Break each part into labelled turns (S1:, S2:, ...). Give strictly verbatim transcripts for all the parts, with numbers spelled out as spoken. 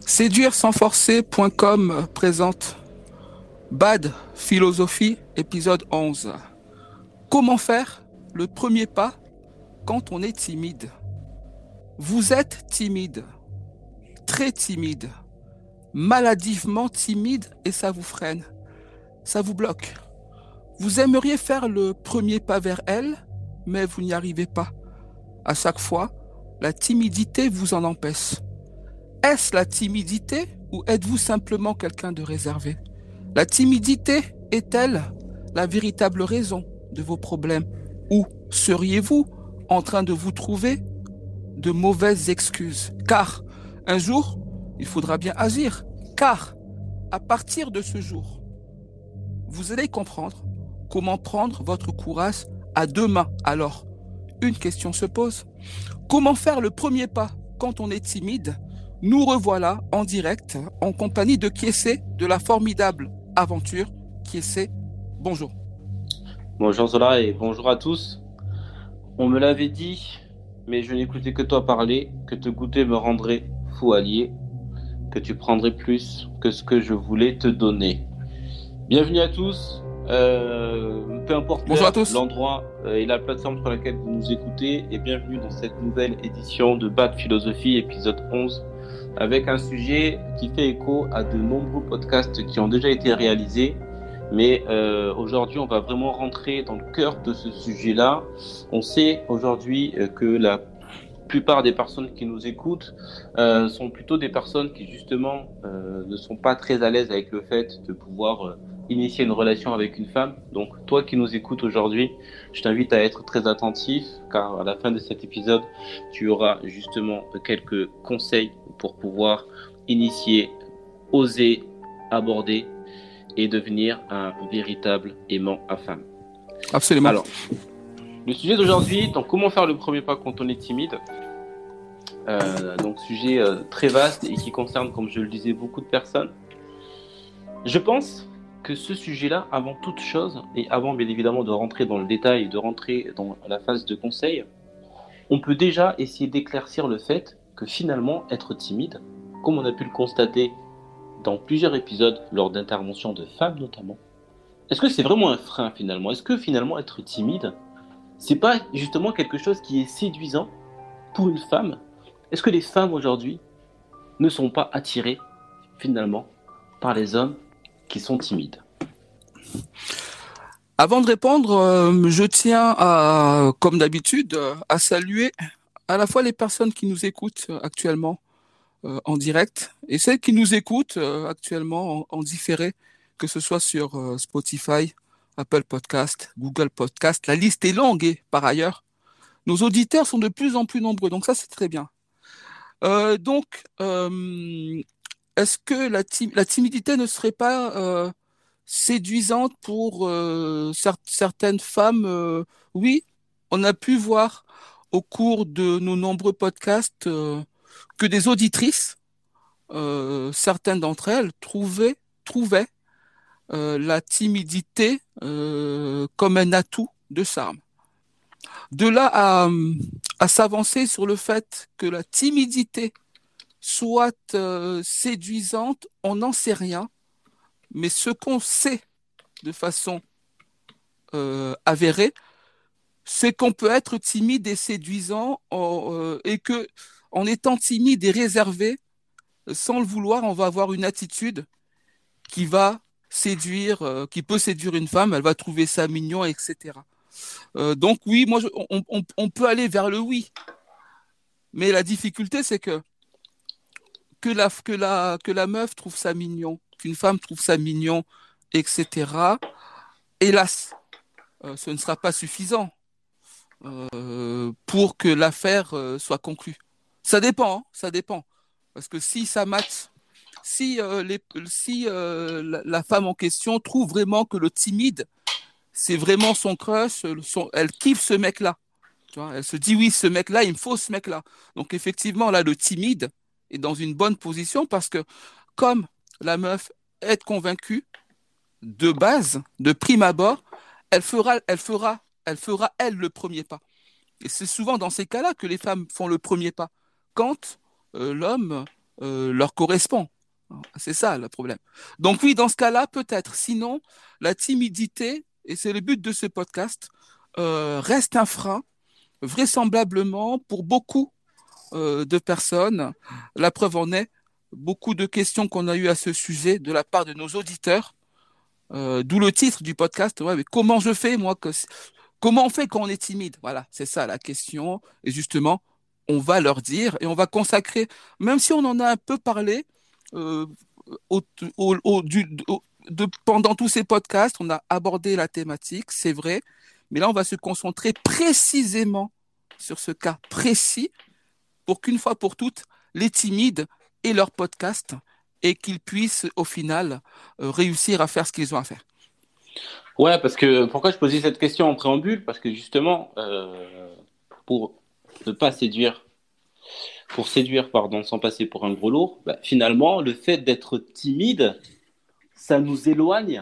S1: séduire sans forcer point com présente Bad Philosophie, épisode onze. Comment faire le premier pas quand on est timide? Vous êtes timide, très timide, maladivement timide et ça vous freine, ça vous bloque. Vous aimeriez faire le premier pas vers elle, mais vous n'y arrivez pas. À chaque fois, la timidité vous en empêche. Est-ce la timidité ou êtes-vous simplement quelqu'un de réservé? La timidité est-elle la véritable raison de vos problèmes? Ou seriez-vous en train de vous trouver de mauvaises excuses? Car un jour, il faudra bien agir. Car à partir de ce jour, vous allez comprendre comment prendre votre courage à deux mains. Alors, une question se pose. Comment faire le premier pas quand on est timide? Nous revoilà en direct, en compagnie de Kiessé, de la formidable aventure. Kiessé, bonjour.
S2: Bonjour Zola et bonjour à tous. On me l'avait dit, mais je n'écoutais que toi parler, que te goûter me rendrait fou allié, que tu prendrais plus que ce que je voulais te donner. Bienvenue à tous. Euh, peu importe
S1: Bonjour
S2: l'heure,
S1: à tous.
S2: l'endroit euh, et la plateforme sur laquelle vous nous écoutez, et bienvenue dans cette nouvelle édition de Bad Philosophie, épisode onze, avec un sujet qui fait écho à de nombreux podcasts qui ont déjà été réalisés. Mais euh, aujourd'hui, on va vraiment rentrer dans le cœur de ce sujet-là. On sait aujourd'hui euh, que la plupart des personnes qui nous écoutent euh, sont plutôt des personnes qui justement euh, ne sont pas très à l'aise avec le fait de pouvoir euh, initier une relation avec une femme. Donc toi qui nous écoutes aujourd'hui, je t'invite à être très attentif, car à la fin de cet épisode, tu auras justement quelques conseils pour pouvoir initier, oser, aborder et devenir un véritable aimant à femme.
S1: Absolument.
S2: Alors, le sujet d'aujourd'hui, donc comment faire le premier pas quand on est timide. Euh, donc sujet euh, très vaste et qui concerne, comme je le disais, beaucoup de personnes. Je pense que ce sujet-là, avant toute chose, et avant bien évidemment de rentrer dans le détail et de rentrer dans la phase de conseil, on peut déjà essayer d'éclaircir le fait que finalement, être timide, comme on a pu le constater dans plusieurs épisodes lors d'interventions de femmes notamment, est-ce que c'est vraiment un frein finalement? Est-ce que finalement être timide, c'est pas justement quelque chose qui est séduisant pour une femme? Est-ce que les femmes aujourd'hui ne sont pas attirées finalement par les hommes qui sont timides?
S1: Avant de répondre, euh, je tiens à, comme d'habitude, euh, à saluer à la fois les personnes qui nous écoutent euh, actuellement euh, en direct et celles qui nous écoutent euh, actuellement en, en différé, que ce soit sur euh, Spotify, Apple Podcast, Google Podcast. La liste est longue et par ailleurs, nos auditeurs sont de plus en plus nombreux. Donc ça, c'est très bien. Euh, donc, euh, est-ce que la, tim- la timidité ne serait pas euh, séduisante pour euh, cer- certaines femmes? Euh, oui, on a pu voir au cours de nos nombreux podcasts euh, que des auditrices, euh, certaines d'entre elles, trouvaient, trouvaient euh, la timidité euh, comme un atout de charme. De là à, à s'avancer sur le fait que la timidité soit euh, séduisante, on n'en sait rien, mais ce qu'on sait de façon euh, avérée, c'est qu'on peut être timide et séduisant en, euh, et que en étant timide et réservé, sans le vouloir, on va avoir une attitude qui va séduire, euh, qui peut séduire une femme, elle va trouver ça mignon, et cetera. Euh, donc oui, moi, je- on, on- on peut aller vers le oui, mais la difficulté, c'est que que la, que la, que la meuf trouve ça mignon, qu'une femme trouve ça mignon, et cetera. Hélas, euh, ce ne sera pas suffisant euh, pour que l'affaire euh, soit conclue. Ça dépend, hein, ça dépend. Parce que si ça match, si, euh, les, si euh, la, la femme en question trouve vraiment que le timide, c'est vraiment son crush, son, elle kiffe ce mec-là. Tu vois, elle se dit oui, ce mec-là, il me faut ce mec-là. Donc effectivement, là, le timide est dans une bonne position parce que comme la meuf est convaincue de base, de prime abord, elle fera, elle fera, elle fera elle le premier pas. Et c'est souvent dans ces cas-là que les femmes font le premier pas. Quand euh, l'homme euh, leur correspond. C'est ça le problème. Donc oui, dans ce cas-là, peut-être. Sinon, la timidité, et c'est le but de ce podcast, euh, reste un frein, vraisemblablement, pour beaucoup euh, de personnes. La preuve en est, beaucoup de questions qu'on a eues à ce sujet de la part de nos auditeurs, euh, d'où le titre du podcast. Ouais, mais comment je fais, moi, que, comment on fait quand on est timide? Voilà, c'est ça la question. Et justement, on va leur dire et on va consacrer, même si on en a un peu parlé, euh, au, au- au- du- au- de, pendant tous ces podcasts, on a abordé la thématique, c'est vrai, mais là, on va se concentrer précisément sur ce cas précis pour qu'une fois pour toutes, les timides aient leur podcast et qu'ils puissent, au final, euh, réussir à faire ce qu'ils ont à faire.
S2: Ouais, parce que pourquoi je posais cette question en préambule? Parce que justement, euh, pour ne pas séduire, pour séduire, pardon, sans passer pour un gros lourd, bah, finalement, le fait d'être timide, ça nous éloigne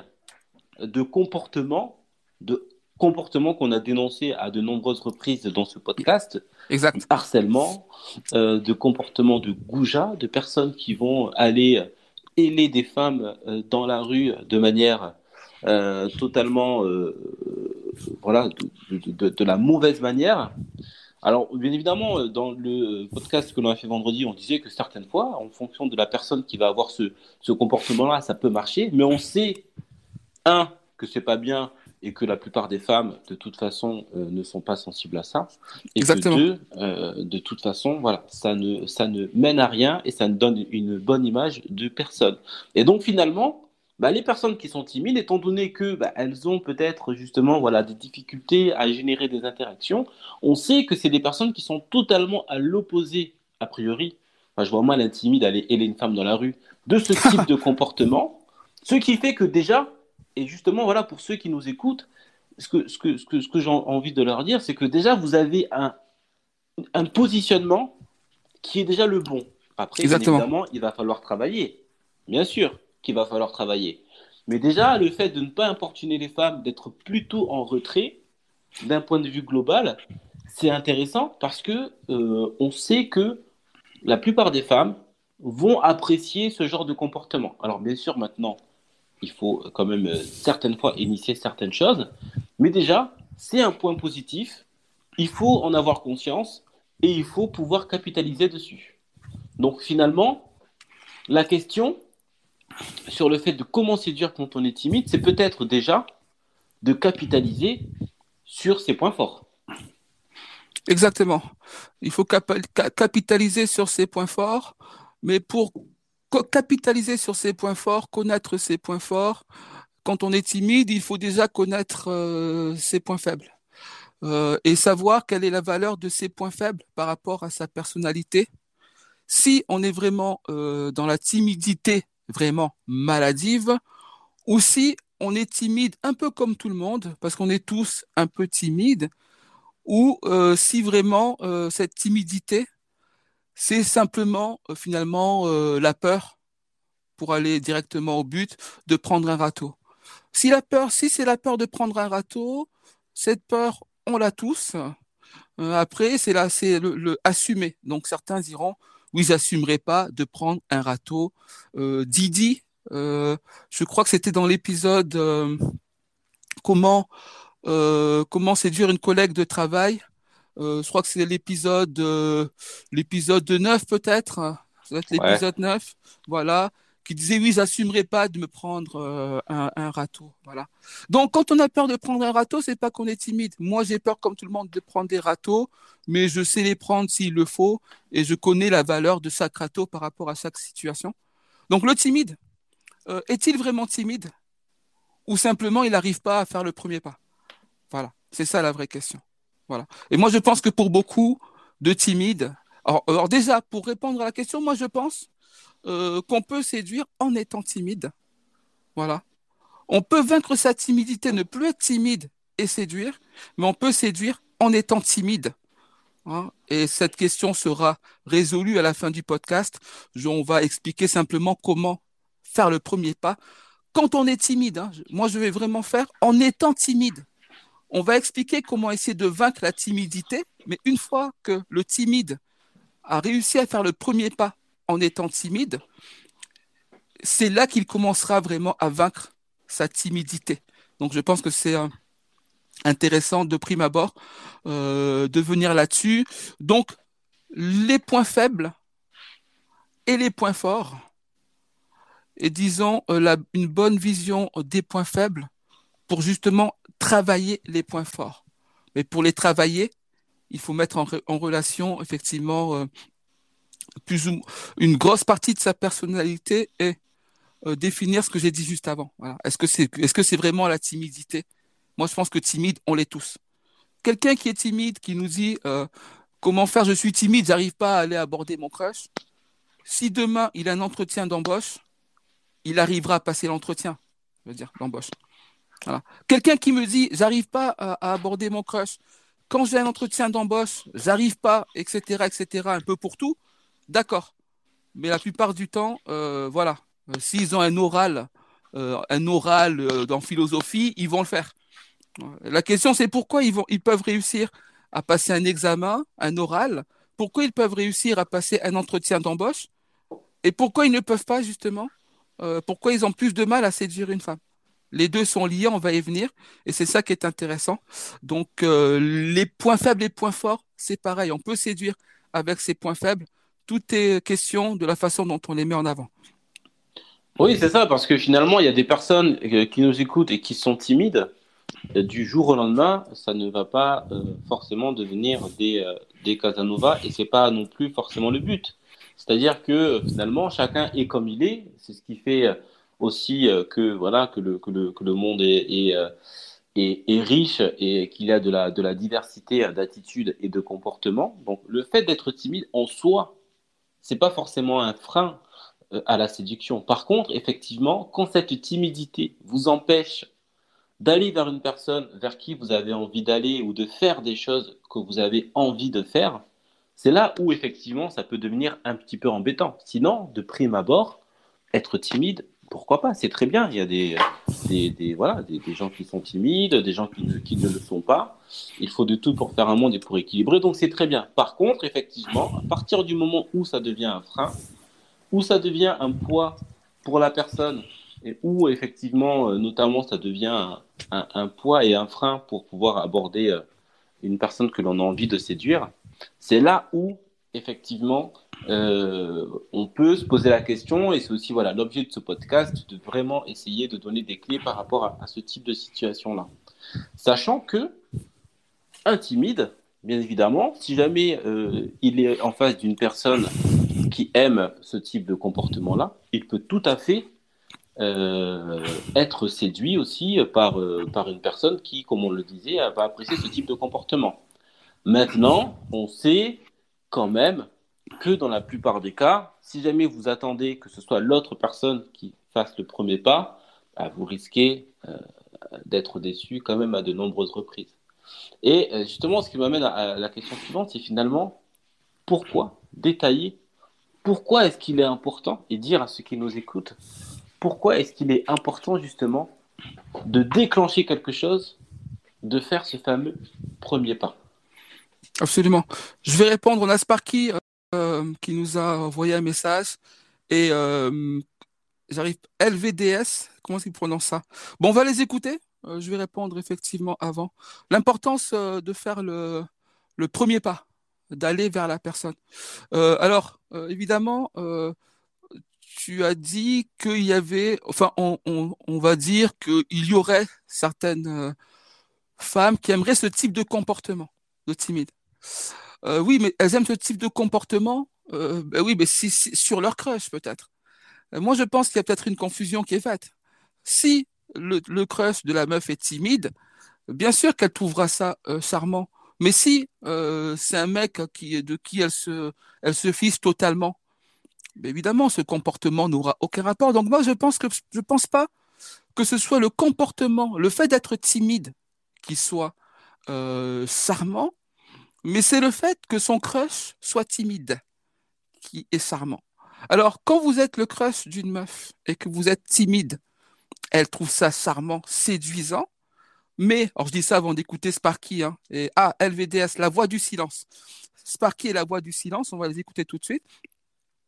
S2: de comportements, de comportements qu'on a dénoncés à de nombreuses reprises dans ce podcast, du
S1: Exact.
S2: harcèlement, euh, de comportements de goujat, de personnes qui vont aller héler des femmes euh, dans la rue de manière euh, totalement, euh, voilà, de, de, de, de la mauvaise manière. Alors, bien évidemment, euh, dans le podcast que l'on a fait vendredi, on disait que certaines fois, en fonction de la personne qui va avoir ce, ce comportement-là, ça peut marcher, mais on sait, un, que c'est pas bien et que la plupart des femmes, de toute façon, euh, ne sont pas sensibles à ça, et que
S1: Exactement.
S2: deux, euh, de toute façon, voilà, ça ne, ça ne mène à rien et ça ne donne une bonne image de personne. Et donc, finalement, bah, les personnes qui sont timides, étant donné que bah, elles ont peut-être justement voilà des difficultés à générer des interactions, on sait que c'est des personnes qui sont totalement à l'opposé a priori. Enfin, je vois mal un timide aller héler une femme dans la rue de ce type de comportement, ce qui fait que déjà, et justement voilà pour ceux qui nous écoutent, ce que ce que ce que, ce que j'ai envie de leur dire, c'est que déjà vous avez un un positionnement qui est déjà le bon. Après, bien
S1: Exactement.
S2: évidemment, il va falloir travailler. Bien sûr qu'il va falloir travailler. Mais déjà, le fait de ne pas importuner les femmes, d'être plutôt en retrait, d'un point de vue global, c'est intéressant parce que euh, on sait que la plupart des femmes vont apprécier ce genre de comportement. Alors bien sûr, maintenant, il faut quand même euh, certaines fois initier certaines choses, mais déjà, c'est un point positif. Il faut en avoir conscience et il faut pouvoir capitaliser dessus. Donc finalement, la question sur le fait de comment séduire quand on est timide, c'est peut-être déjà de capitaliser sur ses points forts.
S1: Exactement. Il faut capa- ca- capitaliser sur ses points forts, mais pour co- capitaliser sur ses points forts, connaître ses points forts, quand on est timide, il faut déjà connaître euh, ses points faibles euh, et savoir quelle est la valeur de ses points faibles par rapport à sa personnalité. Si on est vraiment euh, dans la timidité vraiment maladive, ou si on est timide un peu comme tout le monde, parce qu'on est tous un peu timides, ou euh, si vraiment euh, cette timidité, c'est simplement euh, finalement euh, la peur, pour aller directement au but, de prendre un râteau. Si la peur, si c'est la peur de prendre un râteau, cette peur, on l'a tous. Euh, après, c'est là, c'est le, le assumer. Donc certains diront, oui, j'assumerai pas de prendre un râteau. Euh, Didi, euh, je crois que c'était dans l'épisode euh, comment euh, comment séduire une collègue de travail. Euh, je crois que c'est l'épisode euh, l'épisode neuf peut-être. Ça doit être
S2: Ouais.
S1: l'épisode neuf. Voilà. Qui disait oui, j'assumerai pas de me prendre euh, un, un râteau. Voilà. Donc, quand on a peur de prendre un râteau, c'est pas qu'on est timide. Moi, j'ai peur, comme tout le monde, de prendre des râteaux, mais je sais les prendre s'il le faut et je connais la valeur de chaque râteau par rapport à chaque situation. Donc, le timide, euh, est-il vraiment timide ou simplement il n'arrive pas à faire le premier pas? Voilà. C'est ça la vraie question. Voilà. Et moi, je pense que pour beaucoup de timides, alors, alors déjà, pour répondre à la question, moi, je pense euh, qu'on peut séduire en étant timide. Voilà. On peut vaincre sa timidité, ne plus être timide et séduire, mais on peut séduire en étant timide. Hein. Et cette question sera résolue à la fin du podcast. Je- on va expliquer simplement comment faire le premier pas quand on est timide. Hein. Moi, je vais vraiment faire en étant timide. On va expliquer comment essayer de vaincre la timidité, mais une fois que le timide a réussi à faire le premier pas en étant timide, c'est là qu'il commencera vraiment à vaincre sa timidité. Donc, je pense que c'est euh, intéressant de prime abord euh, de venir là-dessus. Donc, les points faibles et les points forts, et disons euh, la, une bonne vision des points faibles pour justement travailler les points forts. Mais pour les travailler, il faut mettre en, re- en relation effectivement euh, plus ou une grosse partie de sa personnalité et euh, définir ce que j'ai dit juste avant. Voilà. Est-ce que c'est est-ce que c'est vraiment la timidité? Moi, je pense que timide, on l'est tous. Quelqu'un qui est timide, qui nous dit euh, comment faire, je suis timide, j'arrive pas à aller aborder mon crush. Si demain il a un entretien d'embauche, il arrivera à passer l'entretien, je veux dire, d'embauche. Voilà. Quelqu'un qui me dit, j'arrive pas à, à aborder mon crush. Quand j'ai un entretien d'embauche, j'arrive pas, et cetera, et cetera, un peu pour tout. D'accord. Mais la plupart du temps, euh, voilà. Euh, S'ils ont un oral, euh, un oral euh, dans philosophie, ils vont le faire. La question, c'est pourquoi ils vont, ils peuvent réussir à passer un examen, un oral. Pourquoi ils peuvent réussir à passer un entretien d'embauche et pourquoi ils ne peuvent pas justement, euh, pourquoi ils ont plus de mal à séduire une femme. Les deux sont liés, on va y venir, et c'est ça qui est intéressant. Donc, euh, les points faibles et points forts, c'est pareil, on peut séduire avec ces points faibles. Tout est question de la façon dont on les met en avant.
S2: Oui, c'est ça, parce que finalement, il y a des personnes euh, qui nous écoutent et qui sont timides. Euh, Du jour au lendemain, ça ne va pas euh, forcément devenir des, euh, des Casanova et c'est pas non plus forcément le but. C'est-à-dire que euh, finalement, chacun est comme il est. C'est ce qui fait euh, aussi euh, que voilà que le que le que le monde est est, euh, est, est riche et qu'il y a de la de la diversité euh, d'attitudes et de comportements. Donc, le fait d'être timide en soi, c'est pas forcément un frein euh, à la séduction. Par contre, effectivement, quand cette timidité vous empêche d'aller vers une personne vers qui vous avez envie d'aller ou de faire des choses que vous avez envie de faire, c'est là où effectivement ça peut devenir un petit peu embêtant. Sinon, de prime abord, être timide, pourquoi pas? C'est très bien. Il y a des, des, des voilà, des, des gens qui sont timides, des gens qui ne, qui ne le sont pas. Il faut de tout pour faire un monde et pour équilibrer, donc c'est très bien. Par contre, effectivement, à partir du moment où ça devient un frein, où ça devient un poids pour la personne, et où effectivement, euh, notamment, ça devient un, un, un poids et un frein pour pouvoir aborder euh, une personne que l'on a envie de séduire, c'est là où effectivement euh, on peut se poser la question, et c'est aussi voilà l'objet de ce podcast, de vraiment essayer de donner des clés par rapport à, à ce type de situation-là. Sachant que un timide, bien évidemment, si jamais euh, il est en face d'une personne qui aime ce type de comportement-là, il peut tout à fait euh, être séduit aussi par, euh, par une personne qui, comme on le disait, va apprécier ce type de comportement. Maintenant, on sait quand même que dans la plupart des cas, si jamais vous attendez que ce soit l'autre personne qui fasse le premier pas, bah, vous risquez euh, d'être déçu quand même à de nombreuses reprises. Et euh, justement, ce qui m'amène à, à la question suivante, c'est finalement pourquoi détailler, pourquoi est-ce qu'il est important, et dire à ceux qui nous écoutent, pourquoi est-ce qu'il est important justement de déclencher quelque chose, de faire ce fameux premier pas.
S1: Absolument. Je vais répondre. On a Sparky euh, qui nous a envoyé un message et euh, j'arrive L V D S. Comment est-ce qu'il prononce ça? Bon, on va les écouter. Euh, je vais répondre effectivement avant. L'importance euh, de faire le, le premier pas, d'aller vers la personne. Euh, alors, euh, évidemment, euh, tu as dit qu'il y avait, enfin, on, on, on va dire qu'il y aurait certaines euh, femmes qui aimeraient ce type de comportement, de timide. Euh, oui, mais elles aiment ce type de comportement. Euh, ben oui, mais si, si- sur leur crush peut-être. Euh, moi, je pense qu'il y a peut-être une confusion qui est faite. Si le, le crush de la meuf est timide, bien sûr qu'elle trouvera ça euh, charmant. Mais si euh, c'est un mec qui, de qui elle se, elle se fiche totalement, ben évidemment, ce comportement n'aura aucun rapport. Donc moi, je pense que je pense pas que ce soit le comportement, le fait d'être timide qui soit euh, charmant, mais c'est le fait que son crush soit timide qui est charmant. Alors, quand vous êtes le crush d'une meuf et que vous êtes timide, elle trouve ça charmant, séduisant, mais, alors je dis ça avant d'écouter Sparky, hein, et ah, L V D S, la voix du silence. Sparky et la voix du silence, on va les écouter tout de suite.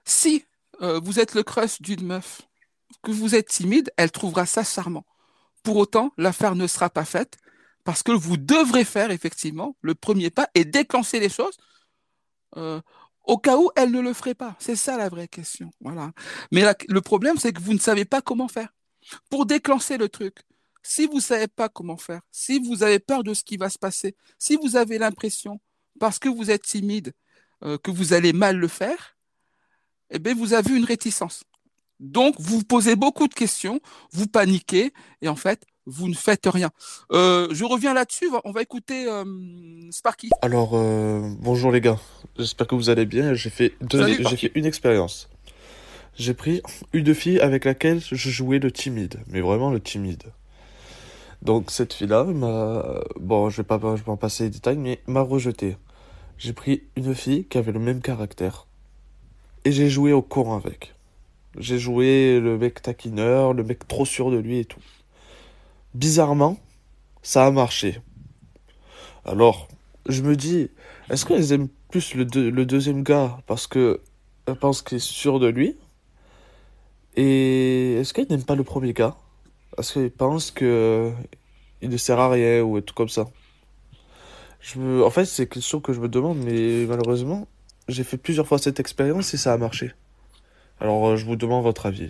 S1: Si euh, vous êtes le crush d'une meuf, que vous êtes timide, elle trouvera ça charmant. Pour autant, l'affaire ne sera pas faite parce que vous devrez faire effectivement le premier pas et déclencher les choses euh, au cas où elle ne le ferait pas. C'est ça la vraie question. Voilà. Mais la- le problème, c'est que vous ne savez pas comment faire. Pour déclencher le truc, si vous ne savez pas comment faire, si vous avez peur de ce qui va se passer, si vous avez l'impression, parce que vous êtes timide, euh, que vous allez mal le faire, eh bien, vous avez une réticence. Donc, vous vous posez beaucoup de questions, vous paniquez, et en fait, vous ne faites rien. Euh, je reviens là-dessus, on va écouter euh, Sparky.
S3: Alors, euh, bonjour les gars. J'espère que vous allez bien. J'ai fait deux,
S1: Salut
S3: j'ai fait
S1: Sparky.
S3: une expérience. J'ai pris une fille avec laquelle je jouais le timide, mais vraiment le timide. Donc cette fille-là m'a, bon, je vais pas, je vais pas en passer les détails, mais m'a rejeté. J'ai pris une fille qui avait le même caractère et j'ai joué au con avec. J'ai joué le mec taquineur, le mec trop sûr de lui et tout. Bizarrement, ça a marché. Alors, je me dis, est-ce qu'elles aiment plus le, deux- le deuxième gars parce que elle pense qu'il est sûr de lui? Et est-ce qu'elles n'aiment pas le premier gars? Parce qu'elles pensent que euh, il ne sert à rien ou tout comme ça. Je me... En fait, c'est une question que je me demande, mais malheureusement, j'ai fait plusieurs fois cette expérience et ça a marché. Alors, euh, je vous demande votre avis.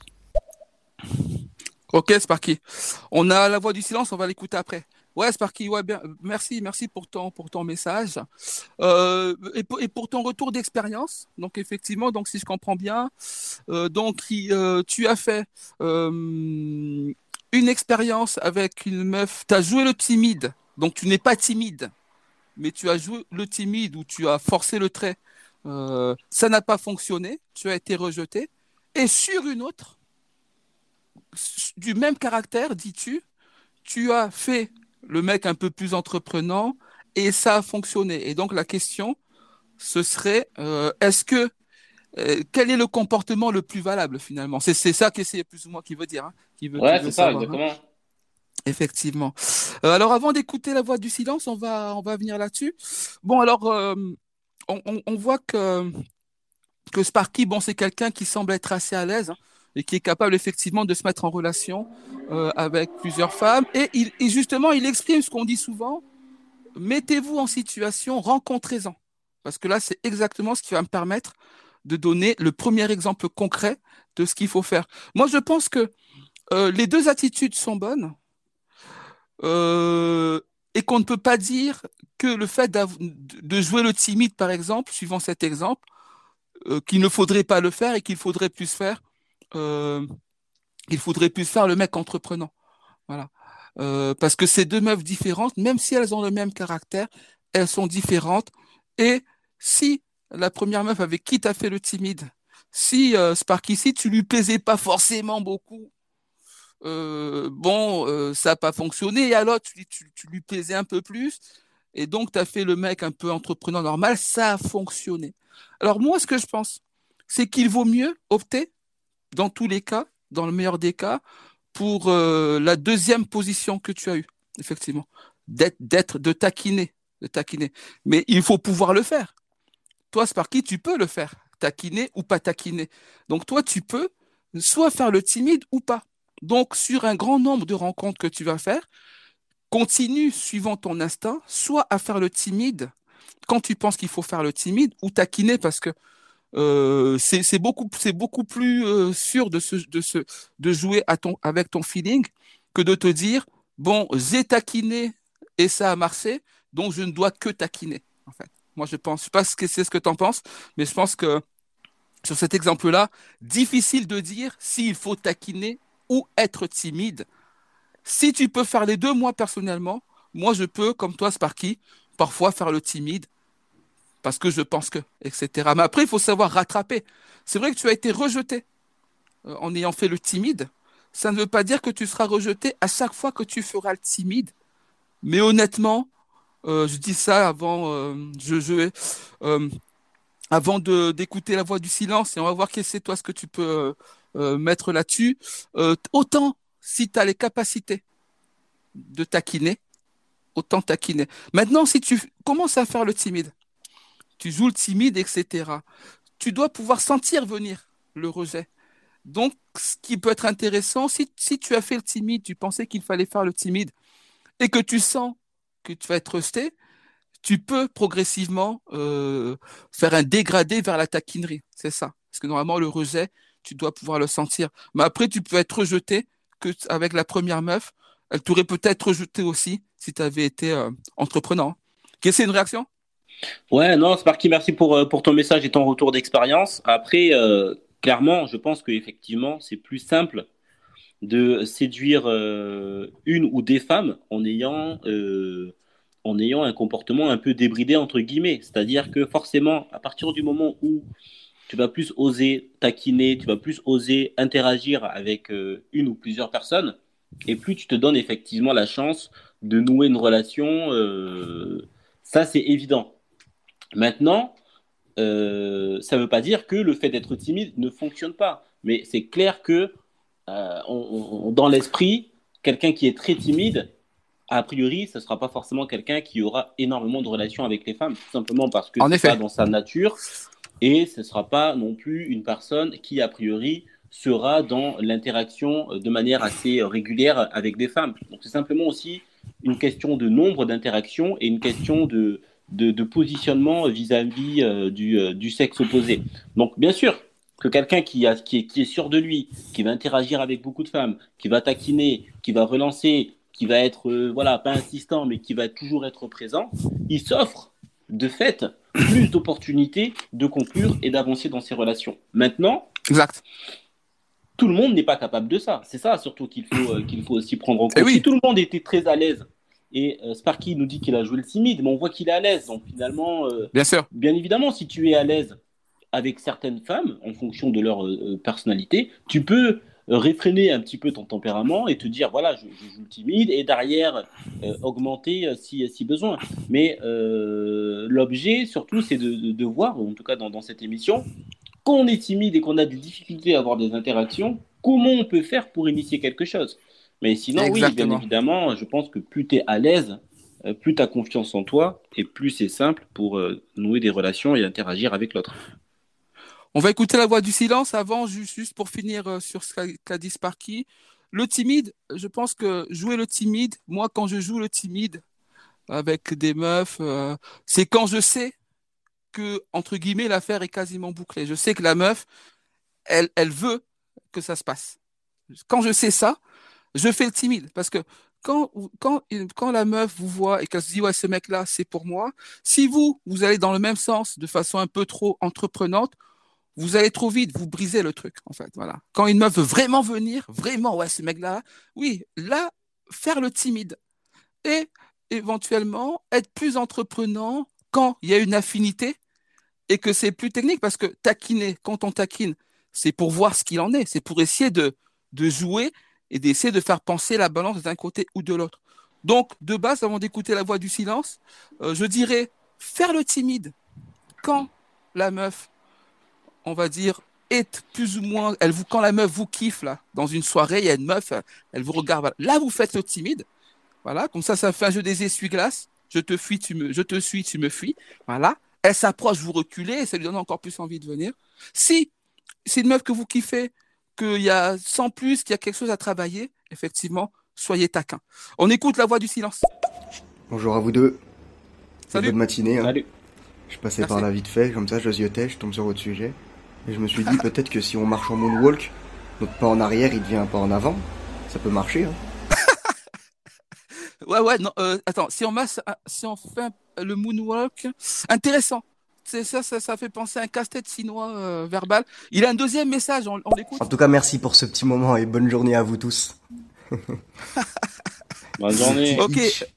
S1: Ok, Sparky. On a la voix du silence, on va l'écouter après. Ouais, Sparky, ouais, bien. Merci, merci pour ton, pour ton message. Euh, et, pour, et pour ton retour d'expérience. Donc, effectivement, donc, si je comprends bien, euh, donc, il, euh, tu as fait euh, une expérience avec une meuf. Tu as joué le timide. Donc, tu n'es pas timide, mais tu as joué le timide ou tu as forcé le trait. Euh, ça n'a pas fonctionné. Tu as été rejeté. Et sur une autre, du même caractère, dis-tu, tu as fait le mec un peu plus entreprenant et ça a fonctionné. Et donc la question, ce serait, euh, est-ce que, euh, quel est le comportement le plus valable finalement? C'est c'est ça que c'est plus ou moins qui veut dire, hein, qui veut, qui
S2: Ouais,
S1: veut
S2: c'est ça,
S1: savoir, hein.
S2: exactement.
S1: Effectivement. Euh, alors avant d'écouter la voix du silence, on va, on va venir là-dessus. Bon alors, euh, on, on- on voit que que Sparky, bon, c'est quelqu'un qui semble être assez à l'aise hein, et qui est capable effectivement de se mettre en relation euh, avec plusieurs femmes. Et, il, et justement, il exprime ce qu'on dit souvent, mettez-vous en situation, rencontrez-en. Parce que là, c'est exactement ce qui va me permettre de donner le premier exemple concret de ce qu'il faut faire. Moi, je pense que euh, les deux attitudes sont bonnes euh, et qu'on ne peut pas dire que le fait de jouer le timide, par exemple, suivant cet exemple, euh, qu'il ne faudrait pas le faire et qu'il faudrait plus faire, euh, il faudrait plus faire le mec entreprenant. Voilà. Euh, parce que ces deux meufs différentes, même si elles ont le même caractère, elles sont différentes. Et si la première meuf avec qui tu as fait le timide, si euh, Sparky, si tu lui plaisais pas forcément beaucoup, euh, bon, euh, ça n'a pas fonctionné. Et alors, tu, tu, tu lui plaisais un peu plus. Et donc, tu as fait le mec un peu entrepreneur normal, ça a fonctionné. Alors, moi, ce que je pense, c'est qu'il vaut mieux opter, dans tous les cas, dans le meilleur des cas, pour euh, la deuxième position que tu as eue, effectivement, d'être, d'être, de taquiner, de taquiner. Mais il faut pouvoir le faire. Toi, Sparky, tu peux le faire, taquiner ou pas taquiner. Donc, toi, tu peux soit faire le timide ou pas. Donc, sur un grand nombre de rencontres que tu vas faire, continue suivant ton instinct, soit à faire le timide quand tu penses qu'il faut faire le timide ou taquiner parce que euh, c'est c'est beaucoup c'est beaucoup plus euh, sûr de se de se de jouer à ton avec ton feeling que de te dire bon j'ai taquiné et ça a marché donc je ne dois que taquiner en fait. Moi je pense je sais pas ce que c'est ce que tu en penses mais je pense que sur cet exemple-là difficile de dire s'il faut taquiner ou être timide. Si tu peux faire les deux, moi personnellement, moi je peux, comme toi, Sparky, parfois faire le timide parce que je pense que, et cetera. Mais après, il faut savoir rattraper. C'est vrai que tu as été rejeté euh, en ayant fait le timide. Ça ne veut pas dire que tu seras rejeté à chaque fois que tu feras le timide. Mais honnêtement, euh, je dis ça avant, euh, je, je, euh, avant de d'écouter la voix du silence et on va voir qu'est-ce que c'est toi ce que tu peux euh, euh, mettre là-dessus. Euh, autant si tu as les capacités de taquiner, autant taquiner. Maintenant, si tu commences à faire le timide, tu joues le timide, et cetera. tu dois pouvoir sentir venir le rejet. Donc, ce qui peut être intéressant, si, si tu as fait le timide, tu pensais qu'il fallait faire le timide, et que tu sens que tu vas être resté, tu peux progressivement euh, faire un dégradé vers la taquinerie. C'est ça. Parce que normalement, le rejet, tu dois pouvoir le sentir. Mais après, tu peux être rejeté que t- avec la première meuf. Elle t'aurait peut-être rejeté aussi si tu avais été euh, entreprenant. Qu'est-ce que c'est une réaction?
S2: Ouais, non, Sparky, merci pour, euh, pour ton message et ton retour d'expérience. Après, euh, clairement, je pense qu'effectivement, c'est plus simple de séduire euh, une ou des femmes en ayant, euh, en ayant un comportement un peu débridé, entre guillemets. C'est-à-dire que forcément, à partir du moment où tu vas plus oser taquiner, tu vas plus oser interagir avec euh, une ou plusieurs personnes, et plus tu te donnes effectivement la chance de nouer une relation. Euh, ça, c'est évident. Maintenant, euh, ça ne veut pas dire que le fait d'être timide ne fonctionne pas. Mais c'est clair que euh, on- on- dans l'esprit, quelqu'un qui est très timide, a priori, ce ne sera pas forcément quelqu'un qui aura énormément de relations avec les femmes, tout simplement parce que
S1: En
S2: c'est pas
S1: effet.
S2: dans sa nature et ce ne sera pas non plus une personne qui, a priori, sera dans l'interaction de manière assez régulière avec des femmes. Donc c'est simplement aussi une question de nombre d'interactions et une question de, de, de positionnement vis-à-vis euh, du, euh, du sexe opposé. Donc bien sûr que quelqu'un qui, a, qui, est, qui est sûr de lui, qui va interagir avec beaucoup de femmes, qui va taquiner, qui va relancer, qui va être, euh, voilà, pas insistant, mais qui va toujours être présent, il s'offre de fait plus d'opportunités de conclure et d'avancer dans ses relations. Maintenant,
S1: Exact.
S2: tout le monde n'est pas capable de ça. C'est ça surtout qu'il faut, euh, qu'il faut aussi prendre en
S1: Et
S2: compte. Si
S1: oui,
S2: tout le monde était très à l'aise, et euh, Sparky nous dit qu'il a joué le timide, mais on voit qu'il est à l'aise. Donc finalement, euh,
S1: bien sûr.
S2: bien évidemment, si tu es à l'aise avec certaines femmes, en fonction de leur euh, personnalité, tu peux euh, réfréner un petit peu ton tempérament et te dire, voilà, je, je joue le timide, et derrière, euh, augmenter euh, si, si besoin. Mais euh, l'objet, surtout, c'est de, de, de voir, en tout cas dans, dans cette émission, quand on est timide et qu'on a des difficultés à avoir des interactions, comment on peut faire pour initier quelque chose. Mais sinon, oui, bien
S1: Exactement.
S2: évidemment, je pense que plus tu es à l'aise, euh, plus tu as confiance en toi et plus c'est simple pour euh, nouer des relations et interagir avec l'autre.
S1: On va écouter la voix du silence avant, ju- juste pour finir euh, sur ce qu'a qu'a dit Sparky. Le timide, je pense que jouer le timide, moi, quand je joue le timide avec des meufs, euh, c'est quand je sais que, entre guillemets, l'affaire est quasiment bouclée. Je sais que la meuf, elle, elle veut que ça se passe. Quand je sais ça, je fais le timide. Parce que quand, quand, quand la meuf vous voit et qu'elle se dit, ouais, ce mec-là, c'est pour moi, si vous, vous allez dans le même sens de façon un peu trop entreprenante, vous allez trop vite, vous brisez le truc, en fait. Voilà. Quand une meuf veut vraiment venir, vraiment, ouais, ce mec-là, oui, là, faire le timide et éventuellement être plus entreprenant quand il y a une affinité et que c'est plus technique parce que taquiner, quand on taquine, c'est pour voir ce qu'il en est, c'est pour essayer de, de jouer et d'essayer de faire penser la balance d'un côté ou de l'autre. Donc, de base, avant d'écouter la voix du silence, euh, je dirais faire le timide quand la meuf, on va dire, est plus ou moins, elle vous, quand la meuf vous kiffe là, dans une soirée, il y a une meuf, elle vous regarde, voilà. Là vous faites le timide, voilà, comme ça, ça fait un jeu des essuie-glaces. Je te fuis, tu me, je te suis, tu me fuis. Voilà. Elle s'approche, vous reculez, et ça lui donne encore plus envie de venir. Si c'est une meuf que vous kiffez, qu'il y a sans plus, qu'il y a quelque chose à travailler, effectivement, soyez taquin. On écoute la voix du silence.
S4: Bonjour à vous deux, et
S1: Salut.
S4: bonne matinée. Hein.
S2: Salut.
S4: Je passais
S1: Merci.
S4: par là vite fait, comme ça je ziotais, je tombe sur votre sujet. Et je me suis dit peut-être que si on marche en moonwalk, notre pas en arrière il devient un pas en avant. Ça peut marcher. Hein.
S1: Ouais, ouais, non, euh, attends, si on, masse, si on fait un- le moonwalk, intéressant. C'est ça, ça, ça fait penser à un casse-tête chinois euh, verbal. Il a un deuxième message, on, on l'écoute.
S4: En tout cas merci pour ce petit moment et bonne journée à vous tous.
S2: Bonne journée.
S1: Ok,
S4: Itch.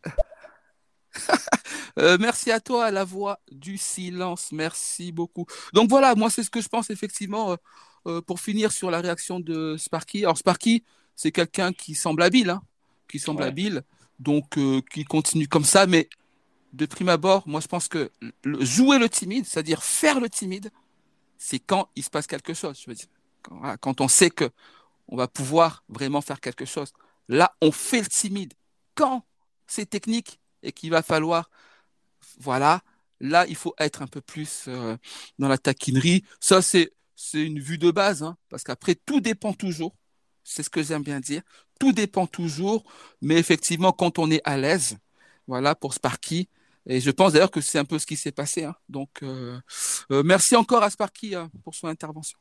S1: Euh, merci à toi, la voix du silence. Merci beaucoup. Donc voilà, moi c'est ce que je pense effectivement euh, euh, pour finir sur la réaction de Sparky. Alors Sparky, c'est quelqu'un qui semble habile, hein, qui semble
S2: Ouais.
S1: habile, donc euh, qui continue comme ça. Mais de prime abord, moi je pense que le- jouer le timide, c'est-à-dire faire le timide, c'est quand il se passe quelque chose. Je veux dire, quand, voilà, quand on sait que on va pouvoir vraiment faire quelque chose. Là, on fait le timide. Quand c'est technique et qu'il va falloir voilà, Là, il faut être un peu plus euh, dans la taquinerie. Ça, c'est c'est une vue de base, hein, parce qu'après, tout dépend toujours. C'est ce que j'aime bien dire. Tout dépend toujours, mais effectivement, quand on est à l'aise, voilà, pour Sparky. Et je pense d'ailleurs que c'est un peu ce qui s'est passé, hein. Donc, euh, euh, merci encore à Sparky hein, pour son intervention.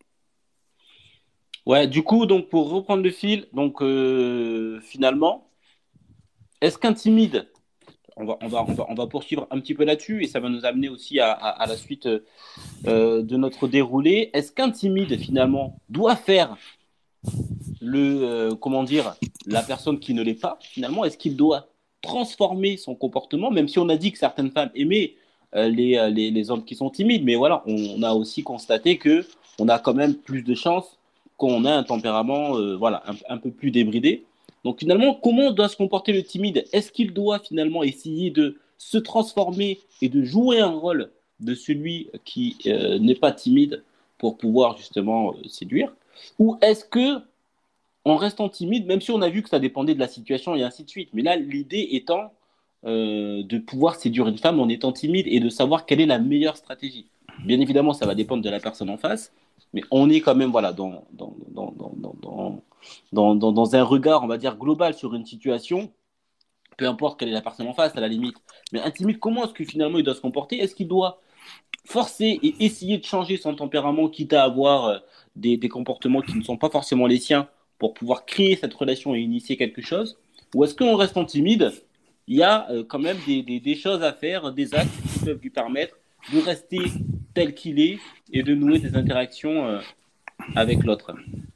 S2: Ouais, du coup, donc pour reprendre le fil, donc euh, finalement, est-ce qu'un timide, on va, on va, on va, on va poursuivre un petit peu là-dessus et ça va nous amener aussi à, à, à la suite euh, de notre déroulé. Est-ce qu'un timide finalement doit faire le, euh, comment dire, la personne qui ne l'est pas finalement? Est-ce qu'il doit transformer son comportement, même si on a dit que certaines femmes aimaient euh, les, euh, les, les hommes qui sont timides, mais voilà, on, on a aussi constaté que on a quand même plus de chances qu'on a un tempérament euh, voilà, un, un peu plus débridé. Donc finalement, comment doit se comporter le timide? Est-ce qu'il doit finalement essayer de se transformer et de jouer un rôle de celui qui euh, n'est pas timide pour pouvoir justement euh, séduire? Ou est-ce que en restant timide, même si on a vu que ça dépendait de la situation et ainsi de suite. Mais là, l'idée étant euh, de pouvoir séduire une femme en étant timide et de savoir quelle est la meilleure stratégie. Bien évidemment, ça va dépendre de la personne en face, mais on est quand même voilà, dans, dans, dans, dans, dans, dans, dans, dans un regard, on va dire, global sur une situation, peu importe quelle est la personne en face, à la limite. Mais un timide, comment est-ce que finalement il doit se comporter? Est-ce qu'il doit forcer et essayer de changer son tempérament, quitte à avoir euh, des, des comportements qui ne sont pas forcément les siens pour pouvoir créer cette relation et initier quelque chose? Ou est-ce qu'en restant timide, il y a euh, quand même des, des, des choses à faire, des actes qui peuvent lui permettre de rester tel qu'il est et de nouer des interactions euh, avec l'autre?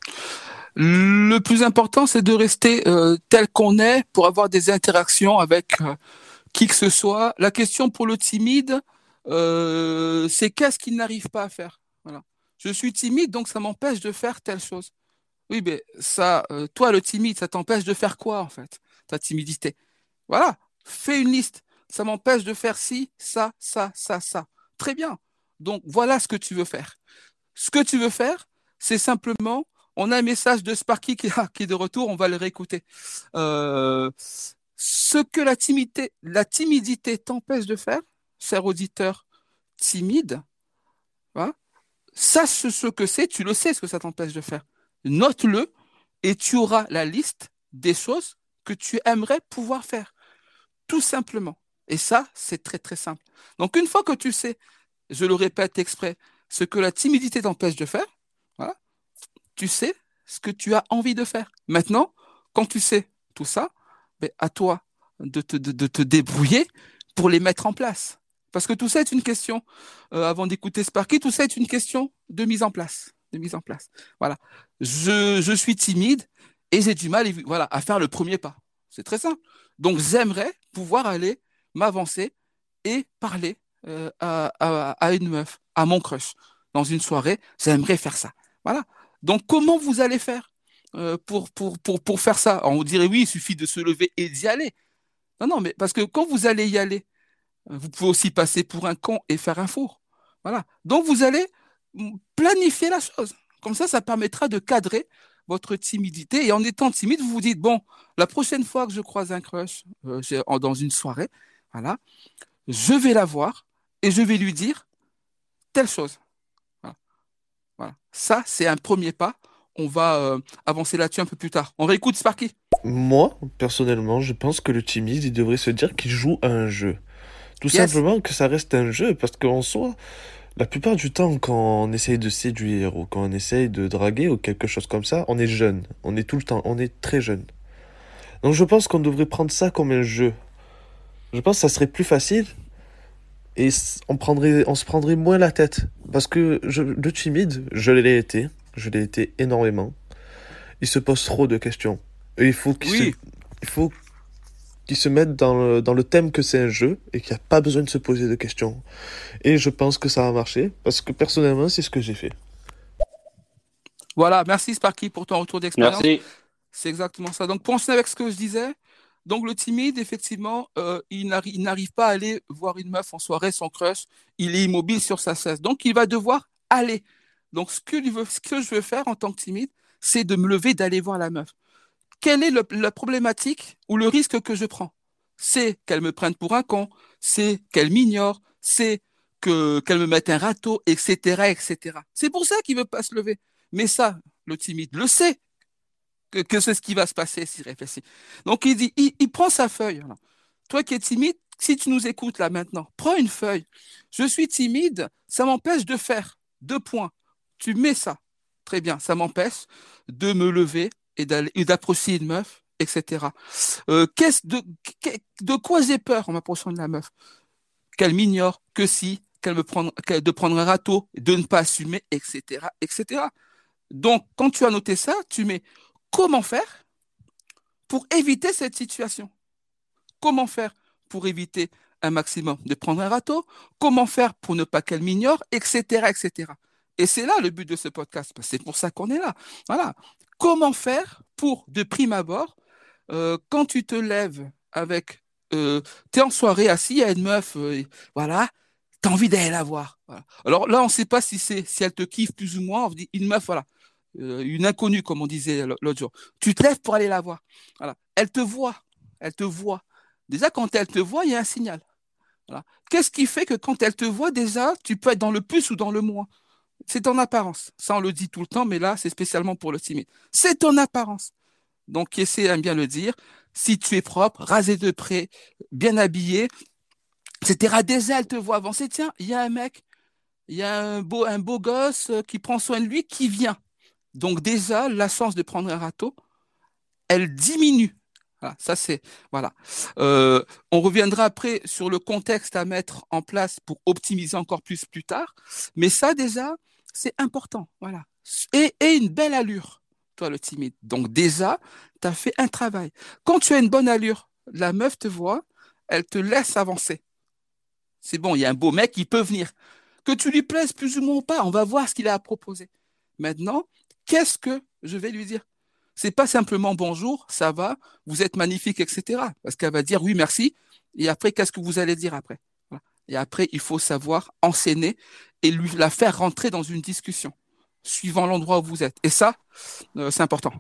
S1: Le plus important, c'est de rester euh, tel qu'on est pour avoir des interactions avec euh, qui que ce soit. La question pour le timide, euh, c'est qu'est-ce qu'il n'arrive pas à faire. Voilà. Je suis timide, donc ça m'empêche de faire telle chose. Oui, mais ça, euh, toi, le timide, ça t'empêche de faire quoi, en fait, ta timidité? Voilà, fais une liste. Ça m'empêche de faire ci, ça, ça, ça, ça. Très bien. Donc, voilà ce que tu veux faire. Ce que tu veux faire, c'est simplement, on a un message de Sparky qui, ah, qui est de retour, on va le réécouter. Euh, ce que la timidité, la timidité t'empêche de faire, cher auditeur timide, hein, sache ce que c'est, tu le sais ce que ça t'empêche de faire. Note-le et tu auras la liste des choses que tu aimerais pouvoir faire, tout simplement. Et ça, c'est très très simple. Donc une fois que tu sais, je le répète exprès, ce que la timidité t'empêche de faire, voilà, tu sais ce que tu as envie de faire. Maintenant, quand tu sais tout ça, ben, à toi de te, de, de te débrouiller pour les mettre en place. Parce que tout ça est une question, euh, avant d'écouter Sparky, tout ça est une question de mise en place. De mise en place. Voilà. Je, je suis timide et j'ai du mal voilà, à faire le premier pas. C'est très simple. Donc, j'aimerais pouvoir aller m'avancer et parler euh, à, à, à une meuf, à mon crush, dans une soirée. J'aimerais faire ça. Voilà. Donc, comment vous allez faire euh, pour, pour, pour, pour faire ça? Alors, on dirait oui, il suffit de se lever et d'y aller. Non, non, mais parce que quand vous allez y aller, vous pouvez aussi passer pour un con et faire un four. Voilà. Donc, vous allez mm, planifier la chose. Comme ça, ça permettra de cadrer votre timidité. Et en étant timide, vous vous dites, bon, la prochaine fois que je croise un crush euh, j'ai- en- dans une soirée, voilà, je vais la voir et je vais lui dire telle chose. Voilà. Voilà. Ça, c'est un premier pas. On va euh, avancer là-dessus un peu plus tard. On réécoute Sparky.
S3: Moi, personnellement, je pense que le timide, il devrait se dire qu'il joue à un jeu. Tout
S1: Yes.
S3: simplement que ça reste un jeu, parce qu'en soi, la plupart du temps, quand on essaye de séduire, ou quand on essaye de draguer, ou quelque chose comme ça, on est jeune. On est tout le temps, on est très jeune. Donc je pense qu'on devrait prendre ça comme un jeu. Je pense que ça serait plus facile, et s- on prendrait, on se prendrait moins la tête. Parce que je, le timide, je l'ai été, je l'ai été énormément. Il se pose trop de questions. Et il faut qu'il se,
S1: Oui.
S3: il faut qu'ils se mettent dans le, dans le thème que c'est un jeu et qu'il n'y a pas besoin de se poser de questions. Et je pense que ça a marché parce que personnellement, c'est ce que j'ai fait.
S1: Voilà. Merci Sparky pour ton retour d'expérience.
S2: Merci.
S1: C'est exactement ça. Donc, pensez avec ce que je disais. Donc, le timide, effectivement, euh, il n'arri- il n'arrive pas à aller voir une meuf en soirée, son crush. Il est immobile sur sa chaise. Donc, il va devoir aller. Donc, ce que, lui veut- ce que je veux faire en tant que timide, c'est de me lever, d'aller voir la meuf. Quelle est le- la problématique ou le risque que je prends? C'est qu'elle me prenne pour un con, c'est qu'elle m'ignore, c'est que qu'elle me mette un râteau, et cetera, et cetera. C'est pour ça qu'il veut pas se lever. Mais ça, le timide le sait que, que c'est ce qui va se passer s'il réfléchit. Donc il dit, il, il prend sa feuille. Voilà. Toi qui es timide, si tu nous écoutes là maintenant, prends une feuille. Je suis timide, ça m'empêche de faire deux points. Tu mets ça. Très bien, ça m'empêche de me lever et d'aller et d'approcher une meuf, et cetera. Euh, qu'est-ce de, de quoi j'ai peur en m'approchant de la meuf? Qu'elle m'ignore, que si, qu'elle me prenne, qu'elle- de prendre un râteau, de ne pas assumer, et cetera, et cetera. Donc, quand tu as noté ça, tu mets comment faire pour éviter cette situation? Comment faire pour éviter un maximum de prendre un râteau? Comment faire pour ne pas qu'elle m'ignore, et cetera, et cetera. Et c'est là le but de ce podcast, parce que c'est pour ça qu'on est là. Voilà. Comment faire pour, de prime abord, euh, quand tu te lèves avec, euh, t'es en soirée assis, il y a une meuf, euh, voilà, t'as envie d'aller la voir. Voilà. Alors là, on ne sait pas si c'est, si elle te kiffe plus ou moins. On dit une meuf, voilà, euh, une inconnue, comme on disait l'autre jour. Tu te lèves pour aller la voir. Voilà. Elle te voit, elle te voit. Déjà, quand elle te voit, il y a un signal. Voilà. Qu'est-ce qui fait que quand elle te voit, déjà, tu peux être dans le plus ou dans le moins? C'est ton apparence. Ça, on le dit tout le temps, mais là, c'est spécialement pour le timide. C'est ton apparence. Donc, essaie à bien le dire. Si tu es propre, rasé de près, bien habillé, et cetera. Déjà, elle te voit avancer. Tiens, il y a un mec, il y a un beau, un beau gosse euh, qui prend soin de lui, qui vient. Donc, déjà, la chance de prendre un râteau, elle diminue. Voilà, ça c'est voilà. Euh, on reviendra après sur le contexte à mettre en place pour optimiser encore plus plus tard. Mais ça déjà, c'est important. Voilà. Et, et une belle allure, toi le timide. Donc déjà, tu as fait un travail. Quand tu as une bonne allure, la meuf te voit, elle te laisse avancer. C'est bon, il y a un beau mec qui peut venir. Que tu lui plaises plus ou moins ou pas, on va voir ce qu'il a à proposer. Maintenant, qu'est-ce que je vais lui dire? C'est pas simplement bonjour, ça va, vous êtes magnifique, et cetera. Parce qu'elle va dire oui, merci. Et après, qu'est-ce que vous allez dire après? Voilà. Et après, il faut savoir enseigner et lui la faire rentrer dans une discussion, suivant l'endroit où vous êtes. Et ça, euh, c'est important.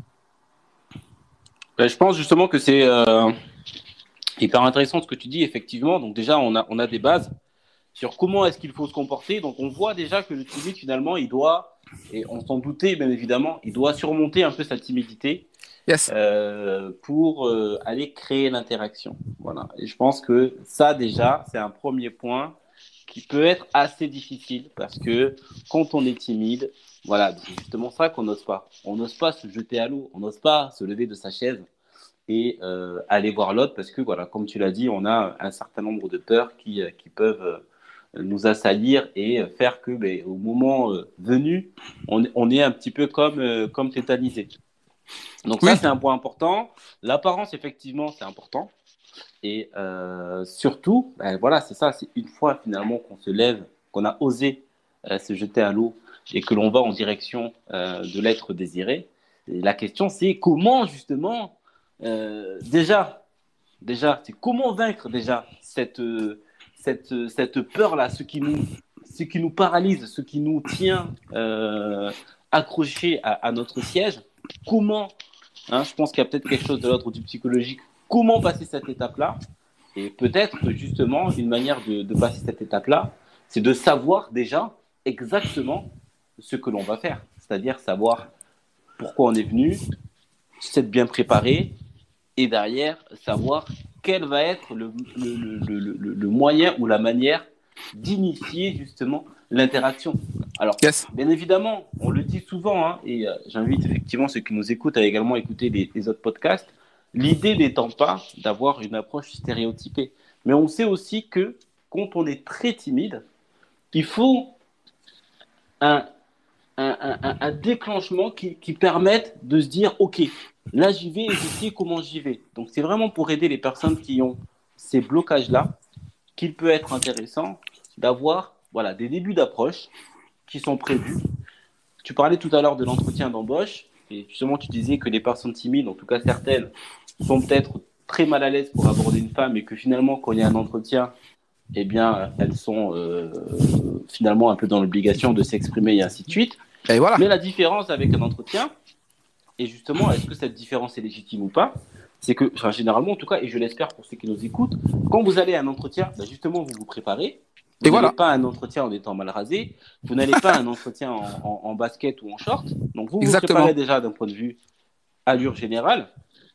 S2: Ben, je pense justement que c'est euh, hyper intéressant ce que tu dis, effectivement. Donc déjà, on a, on a des bases sur comment est-ce qu'il faut se comporter. Donc on voit déjà que le timide, finalement, il doit, et on s'en doutait bien évidemment, il doit surmonter un peu sa timidité
S1: Yes.
S2: euh, pour euh, aller créer l'interaction. Voilà. Et je pense que ça déjà, c'est un premier point qui peut être assez difficile parce que quand on est timide, voilà, c'est justement ça qu'on n'ose pas. On n'ose pas se jeter à l'eau, on n'ose pas se lever de sa chaise et euh, aller voir l'autre parce que, voilà, comme tu l'as dit, on a un certain nombre de peurs qui, qui peuvent euh, nous assaillir et faire que, ben, au moment euh, venu, on, on est un petit peu comme, euh, comme tétanisé. Donc ça,
S1: Oui.
S2: c'est un point important. L'apparence, effectivement, c'est important. Et euh, surtout, ben, voilà, c'est ça, c'est une fois finalement qu'on se lève, qu'on a osé euh, se jeter à l'eau et que l'on va en direction euh, de l'être désiré. Et la question, c'est comment justement, euh, déjà, déjà, c'est comment vaincre déjà cette, euh, cette, cette peur-là, ce qui nous, ce qui nous paralyse, ce qui nous tient euh, accrochés à, à notre siège. Comment, hein, je pense qu'il y a peut-être quelque chose de l'ordre du psychologique. Comment passer cette étape-là? Et peut-être que justement, une manière de, de passer cette étape-là, c'est de savoir déjà exactement ce que l'on va faire. C'est-à-dire savoir pourquoi on est venu, s'être bien préparé, et derrière, savoir quel va être le, le, le, le, le moyen ou la manière d'initier justement l'interaction. Alors,
S1: Yes.
S2: bien évidemment, on le dit souvent, hein, et euh, j'invite effectivement ceux qui nous écoutent à également écouter les, les autres podcasts, l'idée n'étant pas d'avoir une approche stéréotypée. Mais on sait aussi que quand on est très timide, il faut un, un, un, un déclenchement qui, qui permette de se dire « Ok, là j'y vais et je sais comment j'y vais ». Donc c'est vraiment pour aider les personnes qui ont ces blocages-là qu'il peut être intéressant d'avoir, voilà, des débuts d'approche qui sont prévus. Tu parlais tout à l'heure de l'entretien d'embauche et justement tu disais que les personnes timides, en tout cas certaines, sont peut-être très mal à l'aise pour aborder une femme et que finalement quand il y a un entretien, eh bien elles sont euh, finalement un peu dans l'obligation de s'exprimer et ainsi de suite.
S1: Et voilà.
S2: Mais la différence avec un entretien, et justement, est-ce que cette différence est légitime ou pas? C'est que, enfin, généralement, en tout cas, et je l'espère pour ceux qui nous écoutent, quand vous allez à un entretien, ben justement, vous vous préparez, Vous
S1: Et
S2: n'allez
S1: voilà.
S2: pas à un entretien en étant mal rasé. Vous n'allez pas à un entretien en, en, en basket ou en short. Donc, vous vous
S1: Exactement.
S2: préparez déjà d'un point de vue allure générale.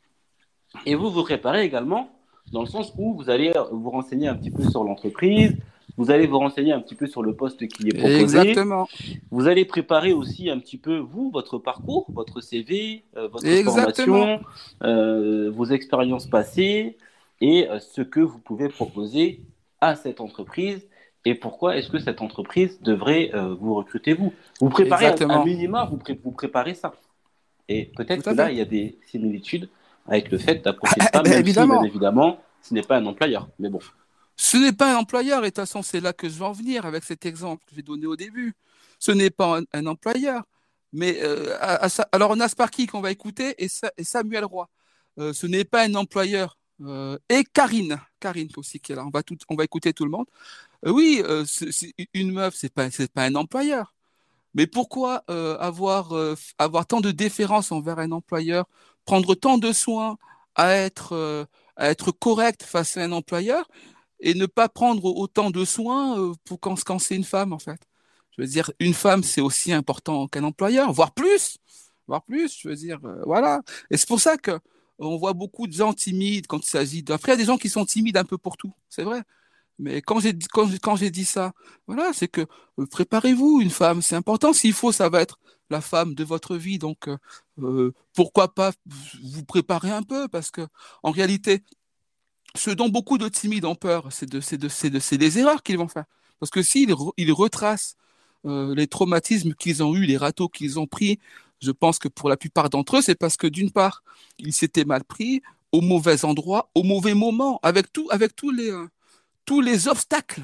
S2: Et vous vous préparez également dans le sens où vous allez vous renseigner un petit peu sur l'entreprise. Vous allez vous renseigner un petit peu sur le poste qui est proposé.
S1: Exactement.
S2: Vous allez préparer aussi un petit peu, vous, votre parcours, votre C V, euh, votre
S1: Exactement.
S2: formation, euh, vos expériences passées et euh, ce que vous pouvez proposer à cette entreprise et pourquoi est-ce que cette entreprise devrait euh, vous recruter vous. Vous préparez un, un
S1: Exactement.
S2: minima, vous, pré- vous préparez ça. Et peut-être
S1: Tout
S2: que
S1: à
S2: là,
S1: fait.
S2: il y a des similitudes avec le fait d'approcher
S1: Eh
S2: ça,
S1: ben,
S2: même si, bien
S1: évidemment.
S2: évidemment, ce n'est pas un employeur. Mais bon.
S1: Ce n'est pas un employeur, et de toute façon, c'est là que je veux en venir avec cet exemple que j'ai donné au début. Ce n'est pas un, un employeur. Mais euh, à, à ça- alors, on a Sparky qu'on va écouter et, Sa- et Samuel Roy. Euh, ce n'est pas un employeur. Euh, et Karine, Karine aussi qui est là. On va, tout, on va écouter tout le monde. Euh, oui, euh, c'est- c'est- une meuf, c'est pas, c'est pas un employeur. Mais pourquoi euh, avoir, euh, f- avoir tant de déférence envers un employeur, prendre tant de soin à être, euh, à être correct face à un employeur et ne pas prendre autant de soins euh, pour quand, quand c'est une femme, en fait. Je veux dire, une femme, c'est aussi important qu'un employeur, voire plus, voire plus, je veux dire, euh, voilà. Et c'est pour ça que on voit beaucoup de gens timides quand il s'agit de... Après, il y a des gens qui sont timides un peu pour tout, c'est vrai. Mais quand j'ai dit, quand, j'ai- quand j'ai dit ça, voilà, c'est que euh, préparez-vous, une femme, c'est important. S'il faut, ça va être la femme de votre vie. Donc, euh, euh, pourquoi pas vous préparer un peu? Parce que, en réalité, ce dont beaucoup de timides ont peur, c'est de, c'est de, c'est de, c'est des erreurs qu'ils vont faire. Parce que s'ils re- ils retracent euh, les traumatismes qu'ils ont eus, les râteaux qu'ils ont pris, je pense que pour la plupart d'entre eux, c'est parce que d'une part, ils s'étaient mal pris, au mauvais endroit, au mauvais moment, avec tout, avec tous les, euh, tous les obstacles.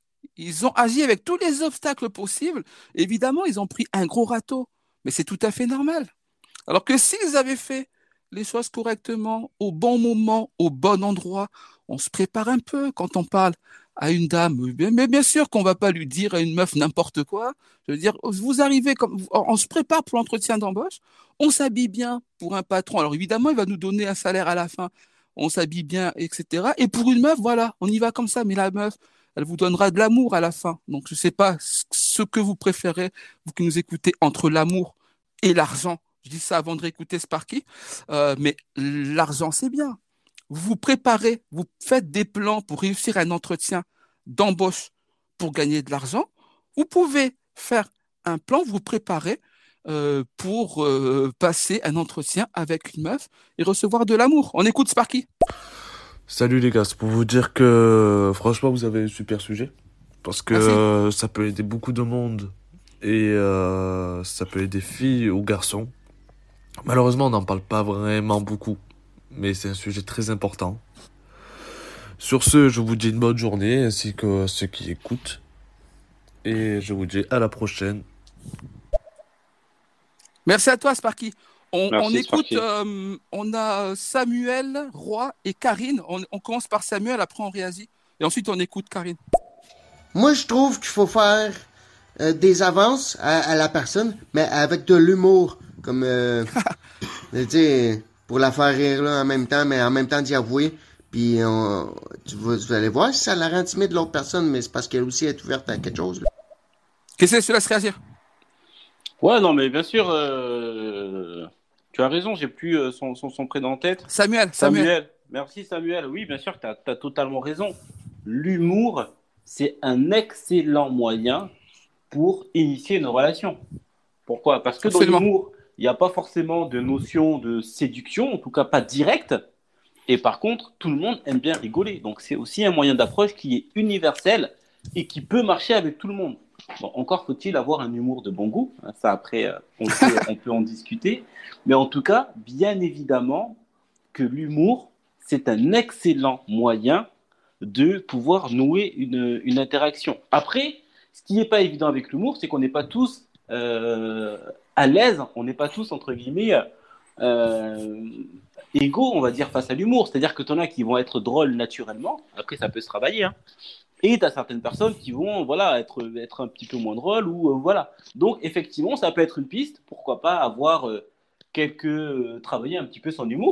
S1: Ils ont agi avec tous les obstacles possibles. Évidemment, ils ont pris un gros râteau, mais c'est tout à fait normal. Alors que s'ils avaient fait les choses correctement, au bon moment, au bon endroit, on se prépare un peu quand on parle à une dame. Mais bien sûr qu'on va pas lui dire à une meuf n'importe quoi. Je veux dire, vous arrivez comme, on se prépare pour l'entretien d'embauche, on s'habille bien pour un patron. Alors évidemment, il va nous donner un salaire à la fin. On s'habille bien, et cetera. Et pour une meuf, voilà, on y va comme ça. Mais la meuf, elle vous donnera de l'amour à la fin. Donc je sais pas ce que vous préférez, vous qui nous écoutez, entre l'amour et l'argent. Je dis ça avant de réécouter Sparky. Euh, mais l'argent, c'est bien. Vous vous préparez, vous faites des plans pour réussir un entretien d'embauche pour gagner de l'argent. Vous pouvez faire un plan, vous préparer euh, pour euh, passer un entretien avec une meuf et recevoir de l'amour. On écoute Sparky.
S3: Salut les gars, c'est pour vous dire que franchement vous avez un super sujet. Parce que
S1: Merci.
S3: euh, ça peut aider beaucoup de monde. Et euh, ça peut aider filles ou garçons. Malheureusement on n'en parle pas vraiment beaucoup. Mais c'est un sujet très important. Sur ce, je vous dis une bonne journée ainsi que à ceux qui écoutent. Et je vous dis à la prochaine.
S1: Merci à toi, Sparky. On, on
S2: Merci,
S1: écoute,
S2: Sparky.
S1: euh, on a Samuel, Roy et Karine. On, on commence par Samuel, après on réagit. Et ensuite on écoute Karine.
S5: Moi, je trouve qu'il faut faire euh, des avances à, à la personne, mais avec de l'humour. Comme, euh, tu sais, pour la faire rire là en même temps, mais en même temps d'y avouer. Puis, on, tu vas, vous allez voir si ça la rend timide de l'autre personne, mais c'est parce qu'elle aussi est ouverte à quelque chose. Là.
S1: Qu'est-ce que je te laisse réagir?
S2: Ouais, non, mais bien sûr, euh, tu as raison, j'ai plus euh, son, son, son prénom en tête.
S1: Samuel, Samuel.
S2: Samuel. Merci, Samuel. Oui, bien sûr, tu as totalement raison. L'humour, c'est un excellent moyen pour initier une relation. Pourquoi? Parce que
S1: Absolument.
S2: dans l'humour, il n'y a pas forcément de notion de séduction, en tout cas pas directe. Et par contre, tout le monde aime bien rigoler. Donc, c'est aussi un moyen d'approche qui est universel et qui peut marcher avec tout le monde. Bon, encore faut-il avoir un humour de bon goût. Ça, après, euh, on, peut, on peut en discuter. Mais en tout cas, bien évidemment que l'humour, c'est un excellent moyen de pouvoir nouer une, une interaction. Après, ce qui n'est pas évident avec l'humour, c'est qu'on n'est pas tous euh, à l'aise, on n'est pas tous, entre guillemets, euh, égaux, on va dire, face à l'humour. C'est-à-dire que tu en as qui vont être drôles naturellement, après ça peut se travailler, hein. Et tu as certaines personnes qui vont voilà, être, être un petit peu moins drôles. Ou, euh, voilà. Donc, effectivement, ça peut être une piste. Pourquoi pas avoir euh, quelques, euh, travailler un petit peu son humour.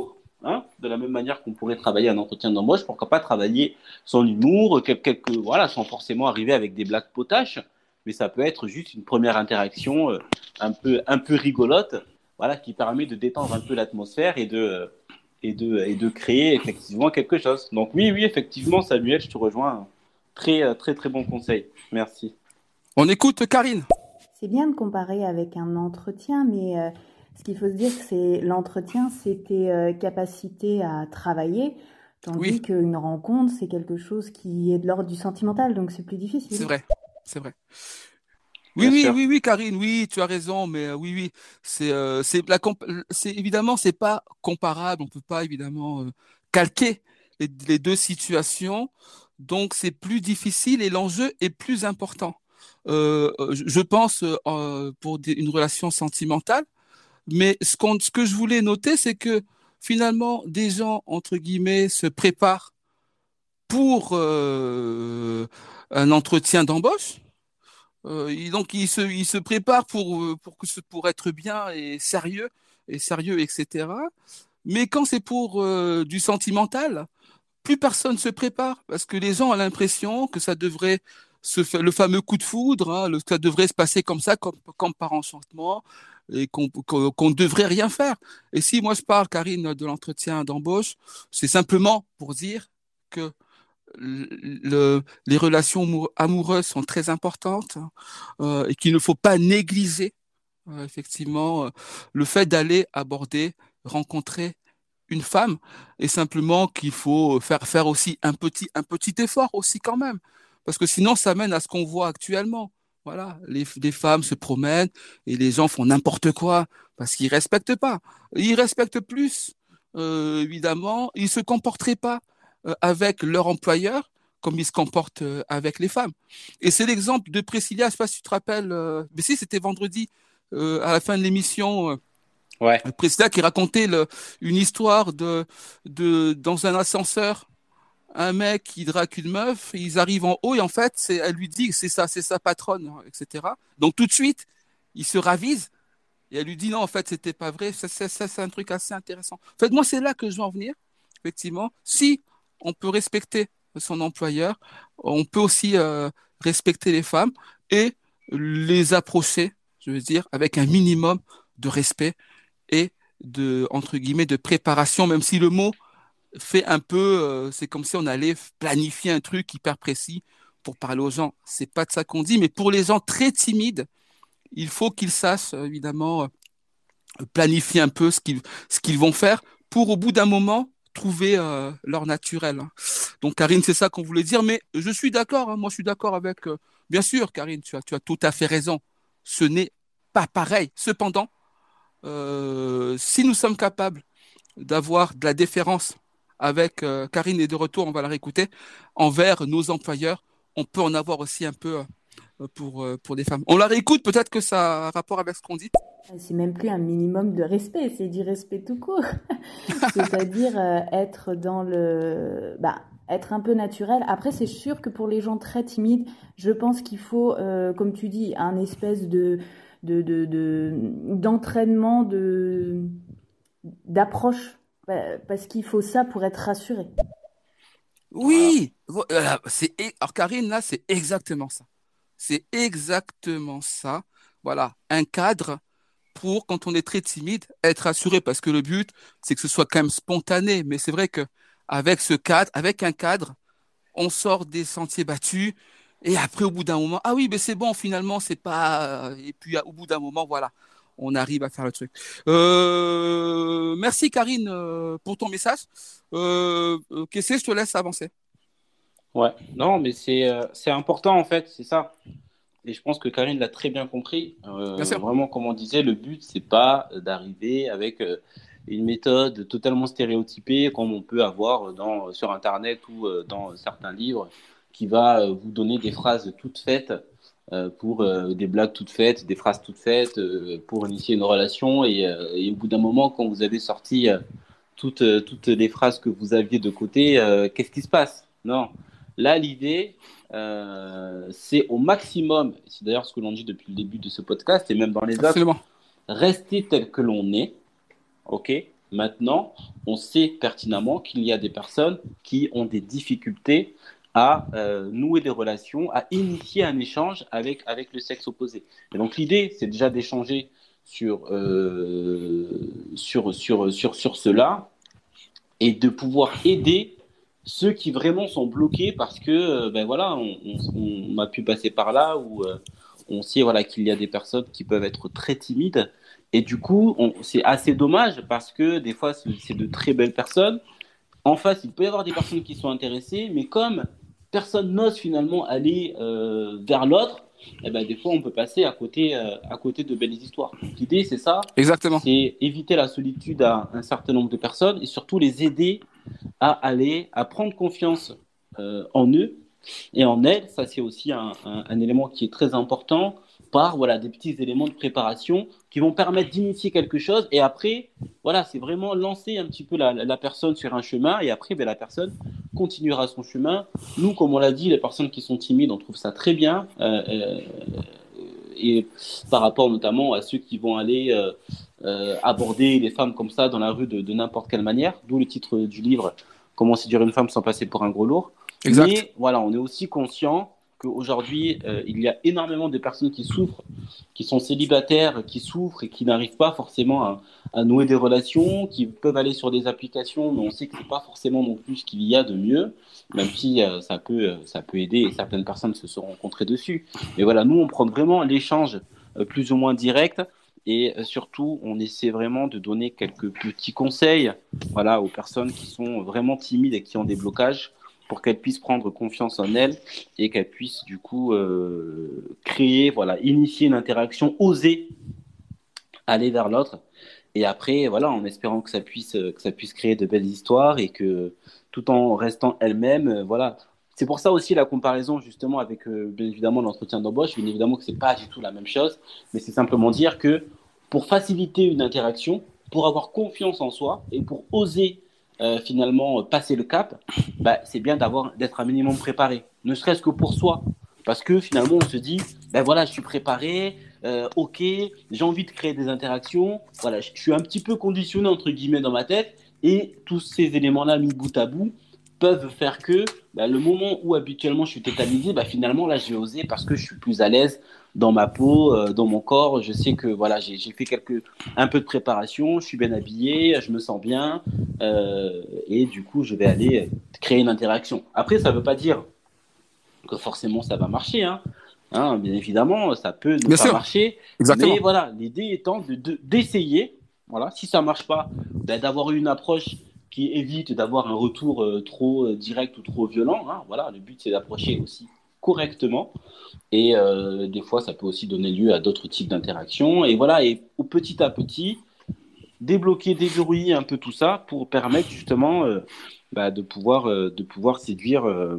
S2: Hein, de la même manière qu'on pourrait travailler un entretien d'embauche, pourquoi pas travailler son humour, quelques, voilà, sans forcément arriver avec des blagues potaches, mais ça peut être juste une première interaction euh, un peu, un peu rigolote, voilà, qui permet de détendre un peu l'atmosphère et de, et de, et de créer effectivement quelque chose. Donc oui, oui, effectivement, Samuel, je te rejoins. Très, très, très bon conseil. Merci.
S1: On écoute Karine.
S6: C'est bien de comparer avec un entretien, mais euh, ce qu'il faut se dire, c'est l'entretien, c'est tes euh, capacités à travailler, tandis
S1: Oui.
S6: qu'une rencontre, c'est quelque chose qui est de l'ordre du sentimental, donc c'est plus difficile.
S1: C'est vrai, c'est vrai. Oui,
S2: Bien
S1: oui,
S2: sûr.
S1: oui, oui, Karine, oui, tu as raison, mais euh, oui, oui, c'est, euh, c'est la, comp- c'est évidemment, c'est pas comparable, on peut pas évidemment euh, calquer les, les deux situations, donc c'est plus difficile et l'enjeu est plus important. Euh, euh, je je pense euh, euh, pour des- une relation sentimentale, mais ce qu'on, ce que je voulais noter, c'est que finalement, des gens entre guillemets se préparent pour euh, un entretien d'embauche. Euh, il- donc il se, il se prépare pour, euh, pour, que ce- pour être bien et sérieux, et sérieux, et cetera. Mais quand c'est pour euh, du sentimental, plus personne se prépare parce que les gens ont l'impression que ça devrait se faire, le fameux coup de foudre, hein, le- ça devrait se passer comme ça, comme, comme par enchantement, et qu'on qu'on qu'on ne devrait rien faire. Et si moi je parle, Karine, de l'entretien d'embauche, c'est simplement pour dire que le, les relations amour- amoureuses sont très importantes euh, et qu'il ne faut pas négliger euh, effectivement euh, le fait d'aller aborder, rencontrer une femme et simplement qu'il faut faire faire aussi un petit un petit effort aussi quand même parce que sinon ça mène à ce qu'on voit actuellement. Voilà, les, les femmes se promènent et les gens font n'importe quoi parce qu'ils respectent pas. Ils respectent plus, euh, évidemment, ils se comporteraient pas euh, avec leur employeur comme ils se comportent euh, avec les femmes. Et c'est l'exemple de Priscilla, je sais pas si tu te rappelles, euh, mais si c'était vendredi euh, à la fin de l'émission. Euh,
S2: Ouais.
S1: Priscilla qui racontait le, une histoire de, de dans un ascenseur, un mec qui drague une meuf, ils arrivent en haut et en fait, c'est, elle lui dit que c'est ça, c'est sa patronne, et cetera. Donc tout de suite, il se ravise et elle lui dit non, en fait, c'était pas vrai. Ça, ça, ça, c'est un truc assez intéressant. En fait, moi, c'est là que je veux en venir. Effectivement, si on peut respecter son employeur, on peut aussi euh, respecter les femmes et les approcher, je veux dire, avec un minimum de respect et de, entre guillemets, de préparation, même si le mot fait un peu, euh, c'est comme si on allait planifier un truc hyper précis pour parler aux gens. C'est pas de ça qu'on dit, mais pour les gens très timides, il faut qu'ils sachent, euh, évidemment, euh, planifier un peu ce qu'ils, ce qu'ils vont faire pour, au bout d'un moment, trouver euh, leur naturel. Hein. Donc, Karine, c'est ça qu'on voulait dire, mais je suis d'accord, hein, moi, je suis d'accord avec, euh, bien sûr, Karine, tu as, tu as tout à fait raison. Ce n'est pas pareil. Cependant, euh, si nous sommes capables d'avoir de la déférence avec euh, Karine est de retour, on va la réécouter, envers nos employeurs, on peut en avoir aussi un peu euh, pour, euh, pour des femmes. On la réécoute, peut-être que ça a rapport avec ce qu'on dit.
S6: C'est même plus un minimum de respect, c'est du respect tout court. C'est-à-dire euh, être dans le... Bah, être un peu naturel. Après, c'est sûr que pour les gens très timides, je pense qu'il faut, euh, comme tu dis, un espèce de, de, de, de d'entraînement, de, d'approche, parce qu'il faut ça pour être rassuré.
S1: Oui, voilà, c'est, alors Karine, là, c'est exactement ça. C'est exactement ça. Voilà, un cadre pour, quand on est très timide, être rassuré, parce que le but, c'est que ce soit quand même spontané. Mais c'est vrai que avec ce cadre, avec un cadre, on sort des sentiers battus, et après, au bout d'un moment, ah oui, mais c'est bon, finalement, c'est pas. Et puis, au bout d'un moment, voilà, on arrive à faire le truc. Euh, merci, Karine, euh, pour ton message. Euh, euh, qu'est-ce que je te laisse avancer?
S2: Ouais. Non, mais c'est euh, c'est important en fait, c'est ça. Et je pense que Karine l'a très bien compris.
S1: Bien
S2: Euh,
S1: sûr.
S2: vraiment, comme on disait, le but, c'est pas d'arriver avec euh, une méthode totalement stéréotypée comme on peut avoir dans, sur Internet ou euh, dans certains livres qui va euh, vous donner des phrases toutes faites euh, pour euh, des blagues toutes faites, des phrases toutes faites euh, pour initier une relation. Et, euh, et au bout d'un moment, quand vous avez sorti euh, toutes, euh, toutes les phrases que vous aviez de côté, euh, qu'est-ce qui se passe? Non. Là, l'idée, euh, c'est au maximum, c'est d'ailleurs ce que l'on dit depuis le début de ce podcast et même dans les autres,
S1: Absolument.
S2: rester tel que l'on est, ok? Maintenant, on sait pertinemment qu'il y a des personnes qui ont des difficultés à euh, nouer des relations, à initier un échange avec, avec le sexe opposé. Et donc l'idée, c'est déjà d'échanger sur, euh, sur, sur, sur, sur cela et de pouvoir aider ceux qui vraiment sont bloqués parce que euh, ben voilà, on, on, on a pu passer par là où euh, on sait voilà, qu'il y a des personnes qui peuvent être très timides. Et du coup, on, c'est assez dommage parce que des fois, c'est, c'est de très belles personnes. En face, il peut y avoir des personnes qui sont intéressées, mais comme personne n'ose finalement aller euh, vers l'autre, eh ben, des fois, on peut passer à côté, euh, à côté de belles histoires. Donc, l'idée, c'est ça.
S1: Exactement.
S2: C'est éviter la solitude à un certain nombre de personnes et surtout les aider à aller, à prendre confiance euh, en eux et en elles. Ça, c'est aussi un, un, un élément qui est très important par voilà, des petits éléments de préparation qui vont permettre d'initier quelque chose. Et après, voilà, c'est vraiment lancer un petit peu la, la personne sur un chemin. Et après, ben, la personne continuera son chemin. Nous, comme on l'a dit, les personnes qui sont timides, on trouve ça très bien. Euh, euh, et par rapport notamment à ceux qui vont aller euh, euh, aborder les femmes comme ça dans la rue de, de n'importe quelle manière. D'où le titre du livre, Comment séduire une femme sans passer pour un gros lourd.
S1: Exact.
S2: Mais voilà, on est aussi conscient qu'aujourd'hui, euh, il y a énormément de personnes qui souffrent, qui sont célibataires, qui souffrent et qui n'arrivent pas forcément à, à nouer des relations, qui peuvent aller sur des applications, mais on sait que ce n'est pas forcément non plus ce qu'il y a de mieux, même si euh, ça peut, euh, ça peut aider et certaines personnes se sont rencontrées dessus. Mais voilà, nous, on prend vraiment l'échange euh, plus ou moins direct et euh, surtout, on essaie vraiment de donner quelques petits conseils voilà, aux personnes qui sont vraiment timides et qui ont des blocages, pour qu'elles puissent prendre confiance en elles et qu'elles puissent du coup euh, créer, voilà, initier une interaction, oser aller vers l'autre. Et après, voilà, en espérant que ça puisse, que ça puisse créer de belles histoires et que tout en restant elles-mêmes, euh, voilà. C'est pour ça aussi la comparaison justement avec euh, bien évidemment l'entretien d'embauche. Bien évidemment que c'est pas du tout la même chose, mais c'est simplement dire que pour faciliter une interaction, pour avoir confiance en soi et pour oser Euh, finalement euh, passer le cap, bah, c'est bien d'avoir, d'être un minimum préparé, ne serait-ce que pour soi, parce que finalement on se dit, ben voilà, je suis préparé, euh, ok, j'ai envie de créer des interactions, voilà, je, je suis un petit peu conditionné entre guillemets dans ma tête, et tous ces éléments-là mis bout à bout peuvent faire que bah, le moment où habituellement je suis tétanisé, bah, finalement là je vais oser parce que je suis plus à l'aise dans ma peau, euh, dans mon corps. Je sais que voilà, j'ai, j'ai fait quelques, un peu de préparation, je suis bien habillé, je me sens bien euh, et du coup je vais aller créer une interaction. Après, ça ne veut pas dire que forcément ça va marcher, hein. Hein, bien évidemment, ça peut ne
S1: Bien
S2: pas
S1: sûr.
S2: marcher,
S1: Exactement.
S2: mais voilà, l'idée étant de, de, d'essayer. Voilà, si ça marche pas, bah, d'avoir une approche qui évite d'avoir un retour euh, trop euh, direct ou trop violent. Hein. Voilà, le but c'est d'approcher aussi correctement. Et euh, des fois, ça peut aussi donner lieu à d'autres types d'interactions. Et voilà, et au petit à petit, débloquer, déverrouiller un peu tout ça pour permettre justement euh, bah, de pouvoir euh, de pouvoir séduire euh,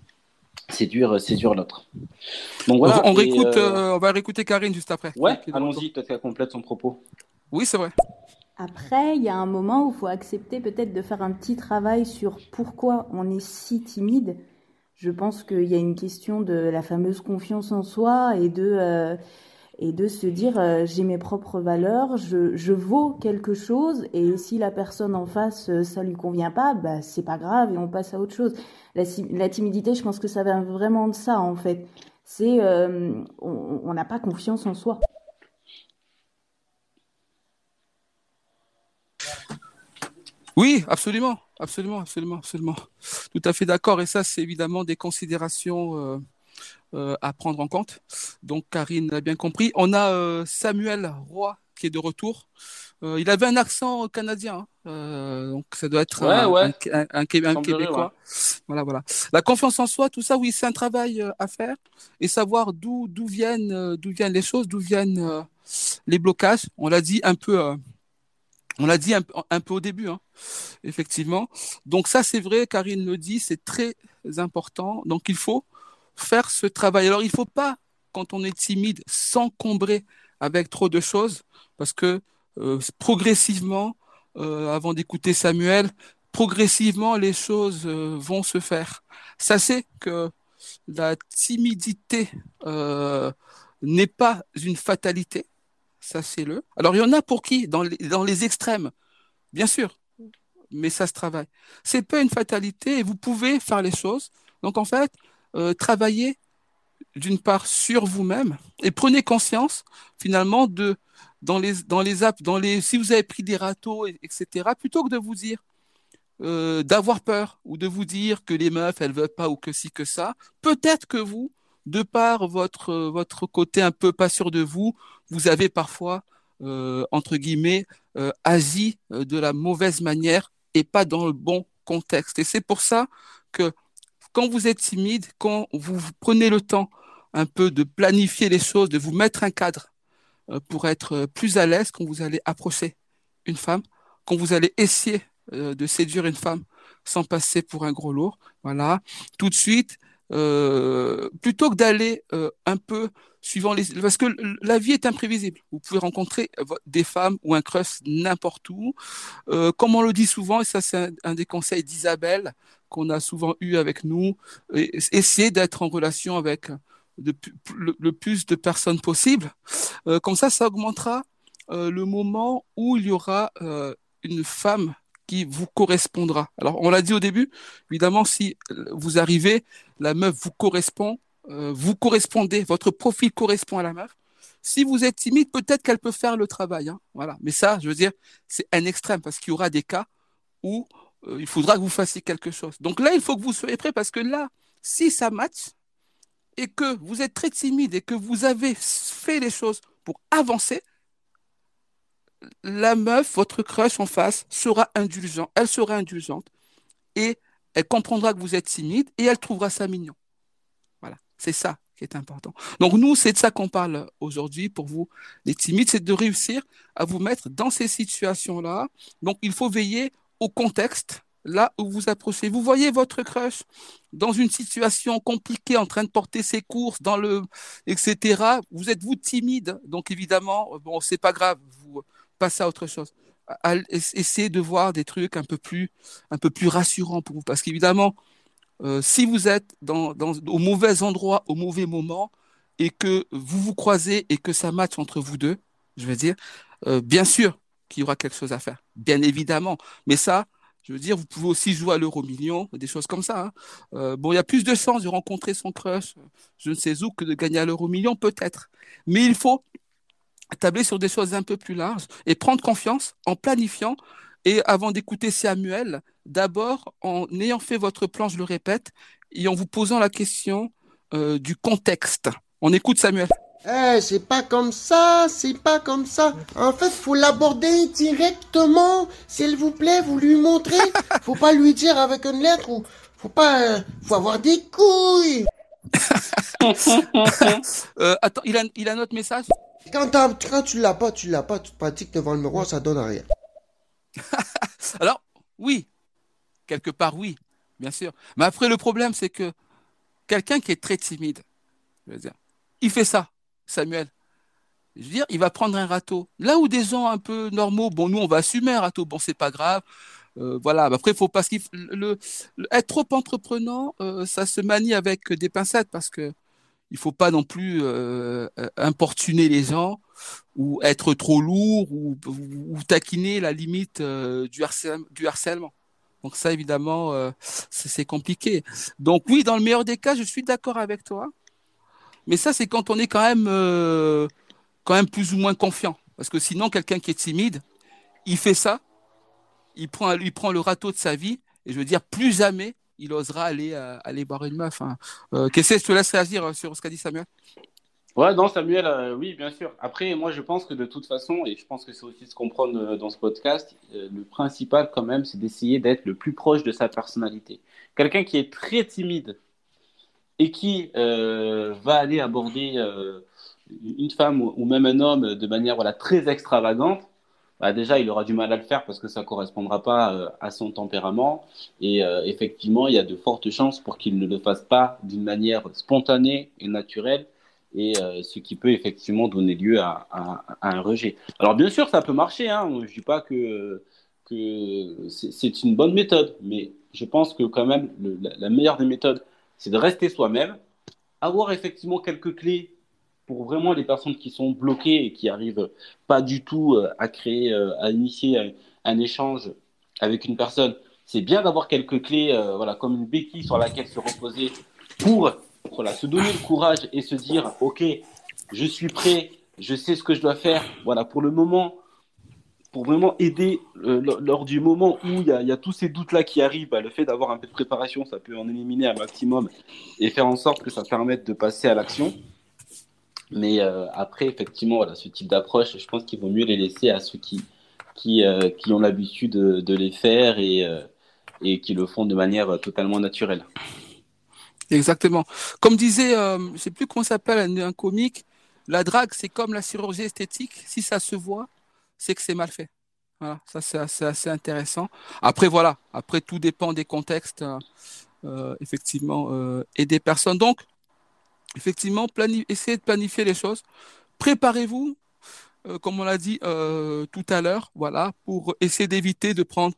S2: séduire séduire l'autre. Donc voilà.
S1: On, on
S2: et,
S1: réécoute,
S2: euh,
S1: euh, on va réécouter Karine juste après.
S2: Ouais,
S1: qui est de retour.
S2: allons-y, peut-être qu'elle complète son propos.
S1: Oui, c'est vrai.
S6: Après, il y a un moment où il faut accepter peut-être de faire un petit travail sur pourquoi on est si timide. Je pense qu'il y a une question de la fameuse confiance en soi et de, euh, et de se dire euh, j'ai mes propres valeurs, je, je vaux quelque chose et si la personne en face euh, ça lui convient pas, bah c'est pas grave et on passe à autre chose. La, la timidité, je pense que ça vient vraiment de ça en fait. C'est euh, on n'a pas confiance en soi.
S1: Oui, absolument, absolument, absolument, absolument. Tout à fait d'accord. Et ça, c'est évidemment des considérations euh, euh, à prendre en compte. Donc, Karine l'a bien compris. On a euh, Samuel Roy qui est de retour. Euh, il avait un accent canadien, hein. Euh, donc ça doit être
S2: Ouais,
S1: un,
S2: ouais,
S1: un, un, un, Qué- un
S2: semblerait, ouais.
S1: Québécois. Voilà, voilà. La confiance en soi, tout ça, oui, c'est un travail euh, à faire et savoir d'où d'où viennent euh, d'où viennent les choses, d'où viennent euh, les blocages. On l'a dit un peu. Euh, on l'a dit un, un peu au début, hein, effectivement. Donc ça, c'est vrai, Karine le dit, c'est très important. Donc il faut faire ce travail. Alors il faut pas, quand on est timide, s'encombrer avec trop de choses, parce que euh, progressivement, euh, avant d'écouter Samuel, progressivement les choses euh, vont se faire. Sachez que la timidité euh, n'est pas une fatalité. Sachez-le. Alors, il y en a pour qui, dans les, dans les extrêmes, bien sûr, mais ça se travaille. C'est pas une fatalité et vous pouvez faire les choses. Donc en fait, euh, travaillez d'une part sur vous-même et prenez conscience finalement de dans les dans les apps, dans les si vous avez pris des râteaux, et- etc. Plutôt que de vous dire euh, d'avoir peur ou de vous dire que les meufs elles veulent pas ou que ci que ça, peut-être que vous, de par votre euh, votre côté un peu pas sûr de vous, vous avez parfois euh, entre guillemets euh, agi euh, de la mauvaise manière et pas dans le bon contexte. Et c'est pour ça que quand vous êtes timide, quand vous vous prenez le temps un peu de planifier les choses, de vous mettre un cadre euh, pour être euh, plus à l'aise quand vous allez approcher une femme, quand vous allez essayer euh, de séduire une femme sans passer pour un gros lourd, voilà, tout de suite, euh, plutôt que d'aller euh, un peu suivant les... Parce que l- la vie est imprévisible. Vous pouvez rencontrer euh, vo- des femmes ou un crush n'importe où. Euh, comme on le dit souvent, et ça c'est un, un des conseils d'Isabelle qu'on a souvent eu avec nous, et- essayez d'être en relation avec de pu- le, le plus de personnes possible. Euh, comme ça, ça augmentera euh, le moment où il y aura euh, une femme qui vous correspondra. Alors, on l'a dit au début, évidemment, si vous arrivez, la meuf vous correspond, euh, vous correspondez, votre profil correspond à la meuf. Si vous êtes timide, peut-être qu'elle peut faire le travail, hein, voilà. Mais ça, je veux dire, c'est un extrême parce qu'il y aura des cas où euh, il faudra que vous fassiez quelque chose. Donc là, il faut que vous soyez prêt parce que là, si ça match, et que vous êtes très timide et que vous avez fait les choses pour avancer, la meuf, votre crush en face, sera indulgente. Elle sera indulgente et elle comprendra que vous êtes timide et elle trouvera ça mignon. Voilà, c'est ça qui est important. Donc nous, c'est de ça qu'on parle aujourd'hui pour vous, les timides, c'est de réussir à vous mettre dans ces situations-là. Donc il faut veiller au contexte, là où vous approchez. Vous voyez votre crush dans une situation compliquée, en train de porter ses courses, dans le, et cetera. Vous êtes vous timide, donc évidemment, bon, c'est pas grave, vous passez à autre chose. À- à- Essayez de voir des trucs un peu plus, un peu plus rassurants pour vous, parce qu'évidemment, euh, si vous êtes dans, dans, au mauvais endroit, au mauvais moment, et que vous vous croisez et que ça matche entre vous deux, je veux dire, euh, bien sûr qu'il y aura quelque chose à faire, bien évidemment. Mais ça, je veux dire, vous pouvez aussi jouer à l'euro million, des choses comme ça, hein. Euh, bon, il y a plus de chances de rencontrer son crush, je ne sais où, que de gagner à l'euro million, peut-être. Mais il faut tabler sur des choses un peu plus larges et prendre confiance en planifiant et avant d'écouter Samuel, d'abord en ayant fait votre plan, je le répète, et en vous posant la question euh, du contexte. On écoute Samuel.
S5: Eh, c'est pas comme ça, c'est pas comme ça. En fait, faut l'aborder directement. S'il vous plaît, vous lui montrez. Faut pas lui dire avec une lettre ou faut pas, euh, faut avoir des couilles.
S1: Euh, attends, il a, il a notre message.
S5: Quand, t'as- quand tu l'as pas, tu l'as pas, tu pratiques devant le miroir, ça donne rien.
S1: Alors, oui, quelque part, oui, bien sûr. Mais après, le problème, c'est que quelqu'un qui est très timide, je veux dire, il fait ça, Samuel. Je veux dire, il va prendre un râteau. Là où des gens un peu normaux, bon, nous, on va assumer un râteau, bon, c'est pas grave. Euh, voilà, mais après, il faut pas qu'il le, le- être trop entreprenant, euh, ça se manie avec des pincettes parce que il faut pas non plus euh, euh, importuner les gens ou être trop lourd ou, ou, ou taquiner la limite euh, du harcèlement, du harcèlement. Donc ça, évidemment, euh, c'est c'est compliqué. Donc oui, dans le meilleur des cas, je suis d'accord avec toi, mais ça, c'est quand on est quand même euh, quand même plus ou moins confiant. Parce que sinon, quelqu'un qui est timide, il fait ça, il prend, il prend le râteau de sa vie, et je veux dire, plus jamais il osera aller, euh, aller boire une meuf, hein. Euh, qu'est-ce que je te laisse réagir euh, sur ce qu'a dit Samuel?
S2: Ouais, non, Samuel, euh, oui, bien sûr. Après, moi, je pense que de toute façon, et je pense que c'est aussi ce qu'on prône euh, dans ce podcast, euh, le principal, quand même, c'est d'essayer d'être le plus proche de sa personnalité. Quelqu'un qui est très timide et qui euh, va aller aborder euh, une femme ou, ou même un homme de manière voilà, très extravagante, bah, déjà, il aura du mal à le faire parce que ça ne correspondra pas euh, à son tempérament. Et euh, effectivement, il y a de fortes chances pour qu'il ne le fasse pas d'une manière spontanée et naturelle, et euh, ce qui peut effectivement donner lieu à, à, à un rejet. Alors bien sûr, ça peut marcher, hein. Je ne dis pas que, que c'est, c'est une bonne méthode, mais je pense que quand même, le, la, la meilleure des méthodes, c'est de rester soi-même, avoir effectivement quelques clés pour vraiment les personnes qui sont bloquées et qui arrivent pas du tout euh, à créer, euh, à initier un, un échange avec une personne, c'est bien d'avoir quelques clés, euh, voilà, comme une béquille sur laquelle se reposer pour, voilà, se donner le courage et se dire, ok, je suis prêt, je sais ce que je dois faire. Voilà, pour le moment, pour vraiment aider euh, lors du moment où il y a, y a tous ces doutes-là qui arrivent, bah, le fait d'avoir un peu de préparation, ça peut en éliminer un maximum et faire en sorte que ça permette de passer à l'action. Mais euh, après, effectivement, voilà, ce type d'approche, je pense qu'il vaut mieux les laisser à ceux qui, qui, euh, qui ont l'habitude de, de les faire et, euh, et qui le font de manière totalement naturelle.
S1: Exactement. Comme disait, euh, je sais plus comment s'appelle, un, un comique, la drague, c'est comme la chirurgie esthétique. Si ça se voit, c'est que c'est mal fait. Voilà, ça c'est assez, assez intéressant. Après, voilà, après tout dépend des contextes, euh, euh, effectivement, euh, et des personnes. Donc, effectivement, plani- essayez de planifier les choses. Préparez-vous, euh, comme on l'a dit euh, tout à l'heure, voilà, pour essayer d'éviter de prendre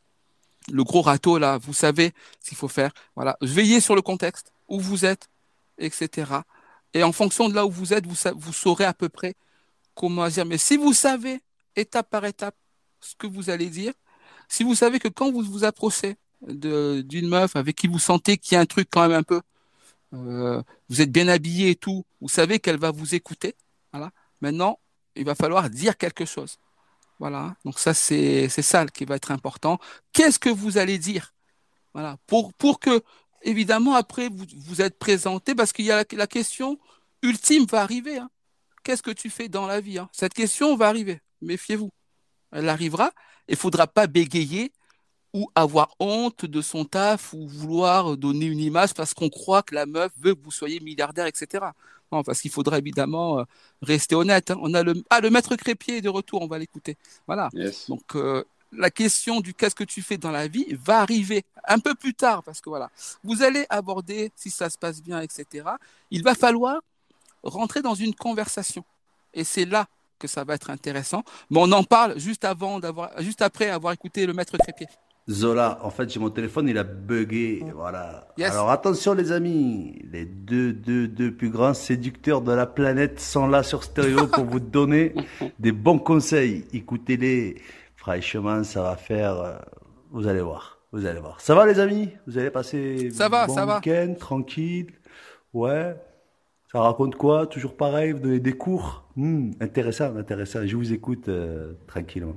S1: le gros râteau là. Vous savez ce qu'il faut faire. Voilà, veillez sur le contexte où vous êtes, et cetera. Et en fonction de là où vous êtes, vous, sa- vous saurez à peu près comment dire. Mais si vous savez étape par étape ce que vous allez dire, si vous savez que quand vous vous approchez de, d'une meuf avec qui vous sentez qu'il y a un truc quand même un peu, euh, vous êtes bien habillé et tout, vous savez qu'elle va vous écouter. Voilà. Maintenant, il va falloir dire quelque chose. Voilà. Donc ça, c'est, c'est ça qui va être important. Qu'est-ce que vous allez dire? Voilà. Pour, pour que, évidemment, après, vous, vous êtes présenté, parce qu'il y a la, la question ultime va arriver, hein. Qu'est-ce que tu fais dans la vie, hein? Cette question va arriver. Méfiez-vous. Elle arrivera. Il faudra pas bégayer ou avoir honte de son taf ou vouloir donner une image parce qu'on croit que la meuf veut que vous soyez milliardaire, et cetera. Non, parce qu'il faudra évidemment euh, rester honnête, hein. On a le, ah, le maître Crépier est de retour, on va l'écouter. Voilà.
S2: Yes.
S1: Donc, euh, la question du qu'est-ce que tu fais dans la vie va arriver un peu plus tard parce que voilà, vous allez aborder, si ça se passe bien, et cetera. Il va falloir rentrer dans une conversation. Et c'est là que ça va être intéressant. Mais on en parle juste avant d'avoir, juste après avoir écouté le maître Crépier.
S7: Zola, en fait, j'ai mon téléphone, il a bugué. Voilà.
S1: Yes.
S7: Alors attention, les amis. Les deux, deux, deux plus grands séducteurs de la planète sont là sur Stéréo pour vous donner des bons conseils. Écoutez-les. Franchement, ça va faire. euh, Vous allez voir. Vous allez voir. Ça va, les amis? Vous allez passer
S1: Ça va,
S7: bon
S1: ça va.
S7: week-end, tranquille. Ouais. Ça raconte quoi? Toujours pareil? Vous donnez des cours? Hmm, intéressant, intéressant. Je vous écoute euh, tranquillement.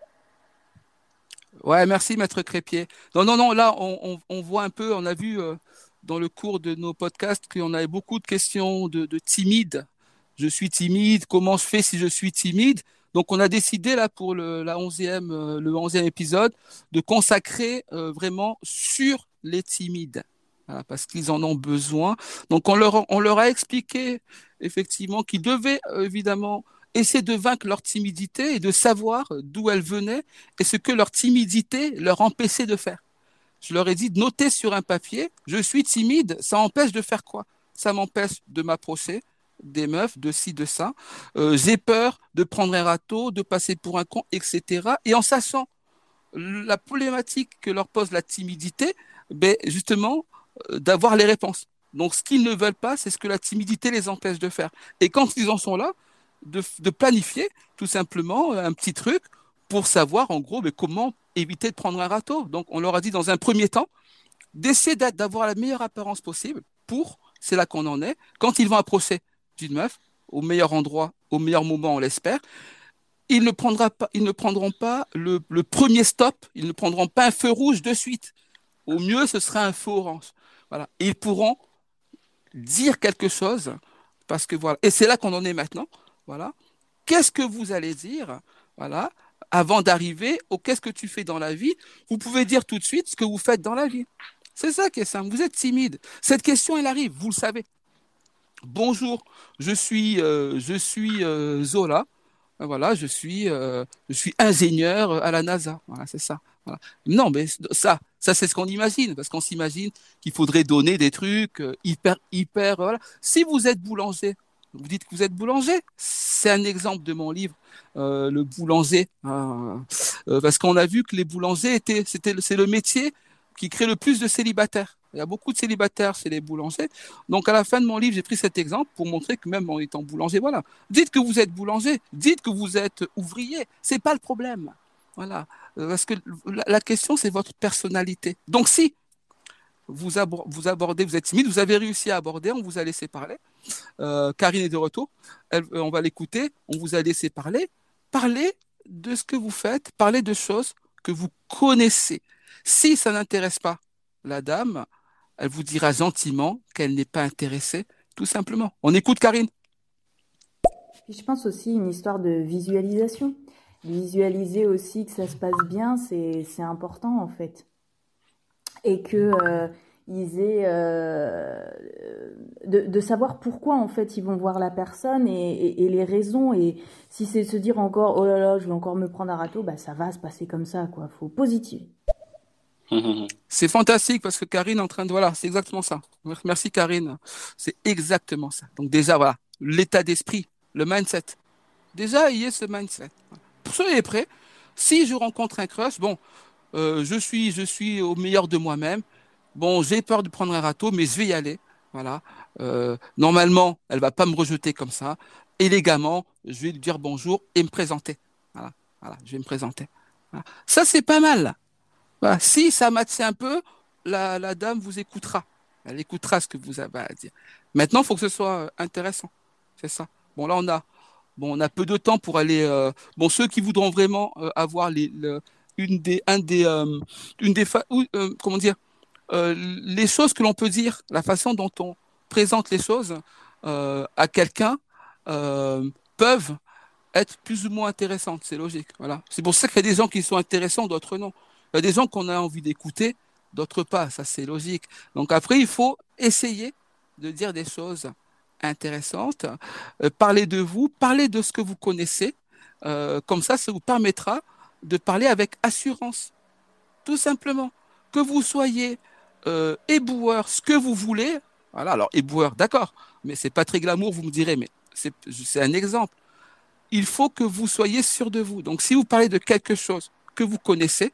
S1: Ouais, merci, maître Crépier. Non, non, non, là, on, on, on voit un peu, on a vu euh, dans le cours de nos podcasts qu'on avait beaucoup de questions de, de timides. Je suis timide, comment je fais si je suis timide? Donc, on a décidé, là, pour le, la onzième, euh, le onzième épisode, de consacrer euh, vraiment sur les timides. Voilà, parce qu'ils en ont besoin. Donc, on leur, on leur a expliqué, effectivement, qu'ils devaient, euh, évidemment, essayer de vaincre leur timidité et de savoir d'où elle venait et ce que leur timidité leur empêchait de faire. Je leur ai dit de noter sur un papier, je suis timide, ça empêche de faire quoi? Ça m'empêche de m'approcher des meufs, de ci, de ça. Euh, j'ai peur de prendre un râteau, de passer pour un con, et cetera. Et en sachant la problématique que leur pose la timidité, ben justement, euh, d'avoir les réponses. Donc, ce qu'ils ne veulent pas, c'est ce que la timidité les empêche de faire. Et quand ils en sont là, de, de planifier tout simplement un petit truc pour savoir en gros mais comment éviter de prendre un râteau. Donc on leur a dit dans un premier temps d'essayer d'avoir la meilleure apparence possible pour, c'est là qu'on en est, quand ils vont approcher d'une meuf, au meilleur endroit, au meilleur moment on l'espère, ils ne, prendra pas, ils ne prendront pas le, le premier stop, ils ne prendront pas un feu rouge de suite. Au mieux ce sera un feu orange. Voilà. Et ils pourront dire quelque chose parce que voilà. Et c'est là qu'on en est maintenant. Voilà. Qu'est-ce que vous allez dire? Voilà. Avant d'arriver au qu'est-ce que tu fais dans la vie, vous pouvez dire tout de suite ce que vous faites dans la vie. C'est ça qui est simple. Vous êtes timide. Cette question, elle arrive, vous le savez. Bonjour, je suis, euh, je suis euh, Zola. Voilà, je suis, euh, je suis ingénieur à la NASA. Voilà, c'est ça. Voilà. Non, mais ça, ça c'est ce qu'on imagine, parce qu'on s'imagine qu'il faudrait donner des trucs euh, hyper, hyper. Voilà. Si vous êtes boulanger, vous dites que vous êtes boulanger. C'est un exemple de mon livre, euh, le boulanger, euh, euh, parce qu'on a vu que les boulangers étaient, c'était, c'est le métier qui crée le plus de célibataires. Il y a beaucoup de célibataires chez les boulangers. Donc, à la fin de mon livre, j'ai pris cet exemple pour montrer que même en étant boulanger, voilà. Dites que vous êtes boulanger, dites que vous êtes ouvrier. C'est pas le problème. Voilà. Parce que la, la question, c'est votre personnalité. Donc, si vous, abor- vous abordez, vous êtes timide, vous avez réussi à aborder, on vous a laissé parler. Euh, Karine est de retour. Elle- on va l'écouter. On vous a laissé parler. Parlez de ce que vous faites. Parlez de choses que vous connaissez. Si ça n'intéresse pas la dame, elle vous dira gentiment qu'elle n'est pas intéressée, tout simplement. On écoute Karine.
S6: Puis je pense aussi une histoire de visualisation. Visualiser aussi que ça se passe bien, c'est c'est important en fait. Et que euh, ils aient euh, de, de savoir pourquoi en fait ils vont voir la personne et, et, et les raisons. Et si c'est se dire encore oh là là je vais encore me prendre un râteau, bah ça va se passer comme ça quoi. Faut positiver.
S1: C'est fantastique parce que Karine est en train de... Voilà, c'est exactement ça. Merci Karine. C'est exactement ça. Donc déjà, voilà, l'état d'esprit, le mindset. Déjà, il y a ce mindset. Soyez prêts. Si je rencontre un crush, bon, euh, je suis, je suis au meilleur de moi-même. Bon, j'ai peur de prendre un râteau, mais je vais y aller. Voilà. Euh, normalement, elle va pas me rejeter comme ça. Élégamment, je vais lui dire bonjour et me présenter. Voilà. Voilà, je vais me présenter. Voilà. Ça, c'est pas mal. Voilà. Si ça matche un peu, la, la dame vous écoutera. Elle écoutera ce que vous avez à dire. Maintenant, il faut que ce soit euh, intéressant. C'est ça. Bon, là, on a, bon, on a peu de temps pour aller. Euh, bon, ceux qui voudront vraiment euh, avoir les, le- une des, un des, euh, une des, fa- ou, euh, comment dire, euh, les choses que l'on peut dire, la façon dont on présente les choses euh, à quelqu'un euh, peuvent être plus ou moins intéressantes. C'est logique. Voilà. C'est pour ça qu'il y a des gens qui sont intéressants, d'autres non. Il y a des gens qu'on a envie d'écouter, d'autres pas. Ça, c'est logique. Donc après, il faut essayer de dire des choses intéressantes, euh, parler de vous, parler de ce que vous connaissez. Euh, comme ça, ça vous permettra de parler avec assurance, tout simplement. Que vous soyez euh, éboueur, ce que vous voulez. Voilà, alors éboueur, d'accord, mais c'est pas très glamour, vous me direz, mais c'est c'est un exemple. Il faut que vous soyez sûr de vous. Donc, si vous parlez de quelque chose que vous connaissez,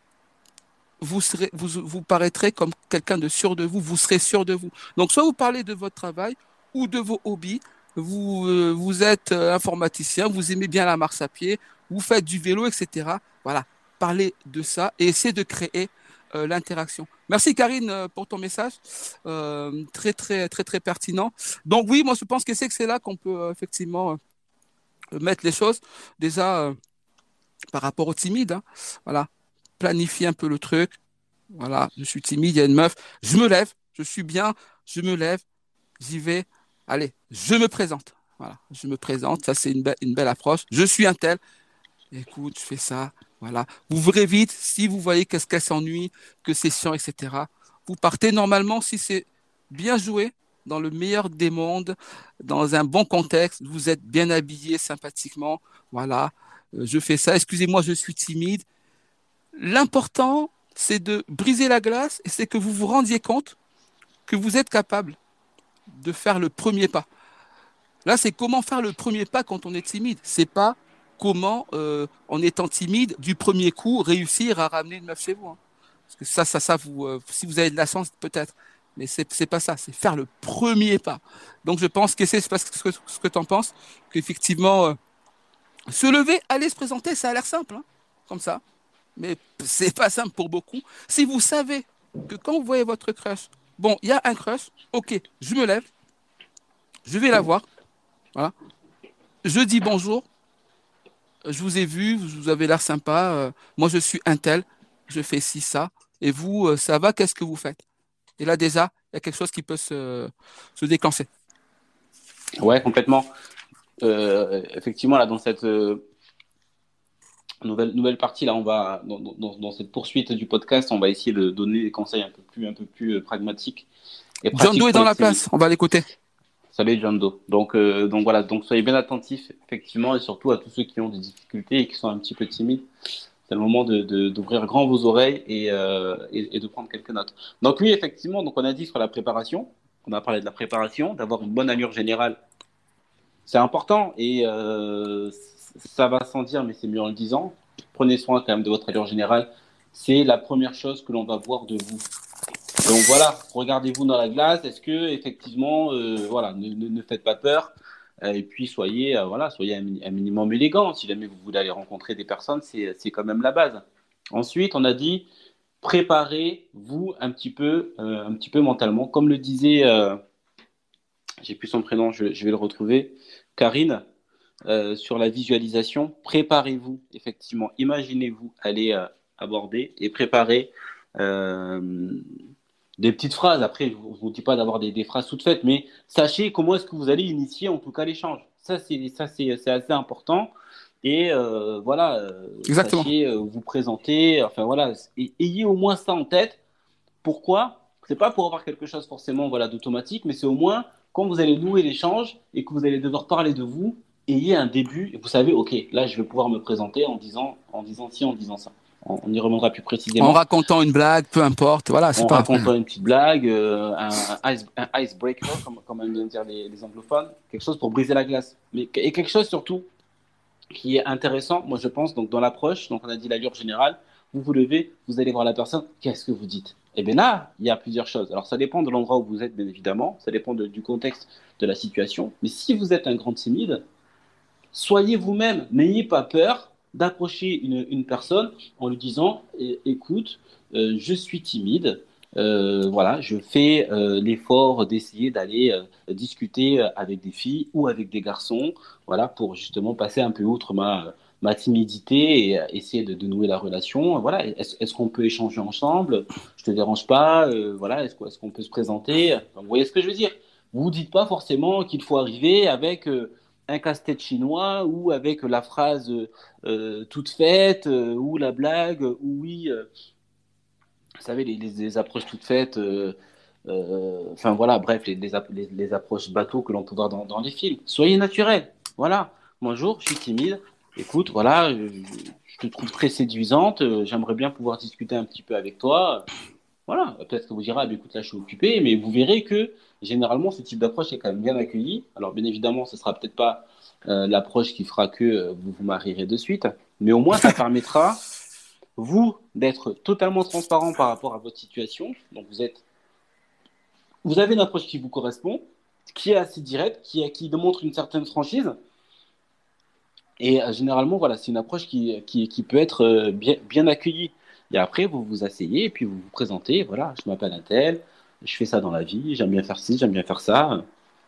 S1: vous serez, vous, vous paraîtrez comme quelqu'un de sûr de vous, vous serez sûr de vous. Donc, soit vous parlez de votre travail ou de vos hobbies, vous, euh, vous êtes euh, informaticien, vous aimez bien la marche à pied, vous faites du vélo, et cetera. Voilà, parlez de ça et essayez de créer euh, l'interaction. Merci Karine euh, pour ton message, euh, très très très très pertinent. Donc oui, moi je pense que c'est que c'est là qu'on peut euh, effectivement euh, mettre les choses déjà euh, par rapport aux timides. Hein. Voilà, planifier un peu le truc. Voilà, je suis timide, il y a une meuf, je me lève, je suis bien, je me lève, j'y vais. Allez, je me présente. Voilà, je me présente, ça c'est une, be- une belle approche. Je suis un tel. Écoute, je fais ça. Voilà. Vous verrez vite si vous voyez qu'est-ce qu'elle s'ennuie, que c'est chiant, et cetera. Vous partez normalement si c'est bien joué, dans le meilleur des mondes, dans un bon contexte. Vous êtes bien habillé sympathiquement. Voilà. Euh, je fais ça. Excusez-moi, je suis timide. L'important, c'est de briser la glace et c'est que vous vous rendiez compte que vous êtes capable de faire le premier pas. Là, c'est comment faire le premier pas quand on est timide. C'est pas comment, euh, en étant timide, du premier coup, réussir à ramener une meuf chez vous. Hein. Parce que ça, ça, ça, vous, euh, si vous avez de la chance, peut-être. Mais c'est, c'est pas ça. C'est faire le premier pas. Donc, je pense que c'est ce que, ce que tu en penses, qu'effectivement, euh, se lever, aller se présenter, ça a l'air simple, hein, comme ça. Mais c'est pas simple pour beaucoup. Si vous savez que quand vous voyez votre crush, bon, il y a un crush, ok, je me lève, je vais la voir, voilà. Je dis bonjour, je vous ai vu, vous avez l'air sympa, euh, moi je suis un tel, je fais ci, ça, et vous, euh, ça va, qu'est-ce que vous faites? Et là déjà, il y a quelque chose qui peut se, se déclencher.
S2: Ouais, complètement. Euh, effectivement, là, dans cette euh, nouvelle, nouvelle partie, là, on va, dans, dans, dans cette poursuite du podcast, on va essayer de donner des conseils un peu plus, un peu plus euh, pragmatiques et
S1: John
S2: pratiques
S1: Doe est
S2: pour
S1: dans
S2: les
S1: la
S2: timides.
S1: place, on va l'écouter.
S2: Salut John Doe. Donc, euh, donc voilà, donc soyez bien attentifs, effectivement, et surtout à tous ceux qui ont des difficultés et qui sont un petit peu timides. C'est le moment de, de, d'ouvrir grand vos oreilles et, euh, et, et de prendre quelques notes. Donc oui, effectivement, donc on a dit sur la préparation, on a parlé de la préparation, d'avoir une bonne allure générale. C'est important et euh, ça va sans dire, mais c'est mieux en le disant. Prenez soin quand même de votre allure générale. C'est la première chose que l'on va voir de vous. Donc voilà, regardez-vous dans la glace. Est-ce que effectivement, euh, voilà, ne, ne, ne faites pas peur. Euh, et puis soyez, euh, voilà, soyez un, un minimum élégant. Si jamais vous voulez aller rencontrer des personnes, c'est, c'est quand même la base. Ensuite, on a dit préparez-vous un petit peu, euh, un petit peu mentalement, comme le disait, euh, j'ai plus son prénom, je, je vais le retrouver, Karine. Euh, sur la visualisation, préparez-vous, effectivement, imaginez-vous aller euh, aborder et préparer euh, des petites phrases. Après, je ne vous dis pas d'avoir des, des phrases toutes faites, mais sachez comment est-ce que vous allez initier en tout cas l'échange. Ça, c'est, ça, c'est, c'est assez important. Et euh, voilà, euh,
S1: Exactement.
S2: sachez euh, vous présenter, enfin voilà, et, ayez au moins ça en tête. Pourquoi ? C'est pas pour avoir quelque chose forcément voilà, d'automatique, mais c'est au moins quand vous allez nouer l'échange et que vous allez devoir parler de vous, ayez un début et vous savez, ok, là je vais pouvoir me présenter en disant, en disant ci, en disant ça. On, on y reviendra plus précisément.
S1: En racontant une blague, peu importe, voilà, c'est
S2: en
S1: pas.
S2: racontant une petite blague, euh, un, un, ice, un icebreaker, comme, comme aiment bien dire les, les anglophones, quelque chose pour briser la glace. Mais, et quelque chose surtout qui est intéressant, moi je pense, donc dans l'approche, donc on a dit l'allure générale, vous vous levez, vous allez voir la personne, qu'est-ce que vous dites ? Et bien là, il y a plusieurs choses. Alors ça dépend de l'endroit où vous êtes, bien évidemment, ça dépend de, du contexte de la situation, mais si vous êtes un grand timide, soyez vous-même, n'ayez pas peur d'approcher une, une personne en lui disant écoute, euh, je suis timide, euh, voilà, je fais euh, l'effort d'essayer d'aller euh, discuter avec des filles ou avec des garçons, voilà, pour justement passer un peu outre ma, ma timidité et essayer de, de nouer la relation. Voilà, est-ce, est-ce qu'on peut échanger ensemble ? Je te dérange pas, euh, voilà, est-ce, est-ce qu'on peut se présenter ? Enfin, vous voyez ce que je veux dire ? Vous dites pas forcément qu'il faut arriver avec euh, un casse-tête chinois ou avec la phrase euh, toute faite euh, ou la blague ou oui, euh, vous savez, les, les, les approches toutes faites, euh, euh, enfin voilà, bref, les, les, les, les approches bateaux que l'on peut voir dans, dans les films. Soyez naturel, voilà. Bonjour, je suis timide. Écoute, voilà, je, je te trouve très séduisante. euh, J'aimerais bien pouvoir discuter un petit peu avec toi. Voilà, peut-être que vous direz, ah, bah, écoute, là, je suis occupé, mais vous verrez que généralement, ce type d'approche est quand même bien accueilli. Alors, bien évidemment, ce sera peut-être pas euh, l'approche qui fera que euh, vous vous marierez de suite, mais au moins, ça permettra, vous, d'être totalement transparent par rapport à votre situation. Donc, vous êtes, vous avez une approche qui vous correspond, qui est assez directe, qui, qui démontre une certaine franchise. Et euh, généralement, voilà, c'est une approche qui, qui, qui peut être euh, bien, bien accueillie. Et après, vous vous asseyez et puis vous vous présentez. Voilà, je m'appelle un tel, je fais ça dans la vie, j'aime bien faire ci, j'aime bien faire ça.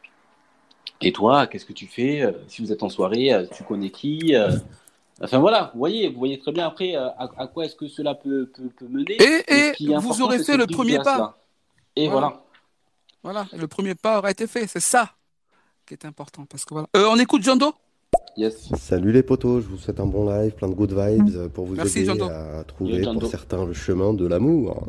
S2: Et toi, qu'est-ce que tu fais ? Si vous êtes en soirée, tu connais qui ? Enfin voilà, vous voyez, vous voyez très bien après à, à quoi est-ce que cela peut, peut, peut mener.
S1: Et, et
S2: ce qui est
S1: vous
S2: important,
S1: aurez
S2: c'est
S1: fait
S2: ce
S1: le
S2: brise
S1: premier
S2: glace
S1: pas.
S2: là. Et voilà.
S1: Voilà, le premier pas aura été fait. C'est ça qui est important. Parce que voilà. Euh, on écoute John Doe ?
S2: Yes.
S8: Salut les potos, je vous souhaite un bon live, plein de good vibes pour vous
S1: Merci,
S8: aider
S1: John Doe.
S8: à trouver
S2: Yo, John
S8: pour
S2: Doe.
S8: certains le chemin de l'amour.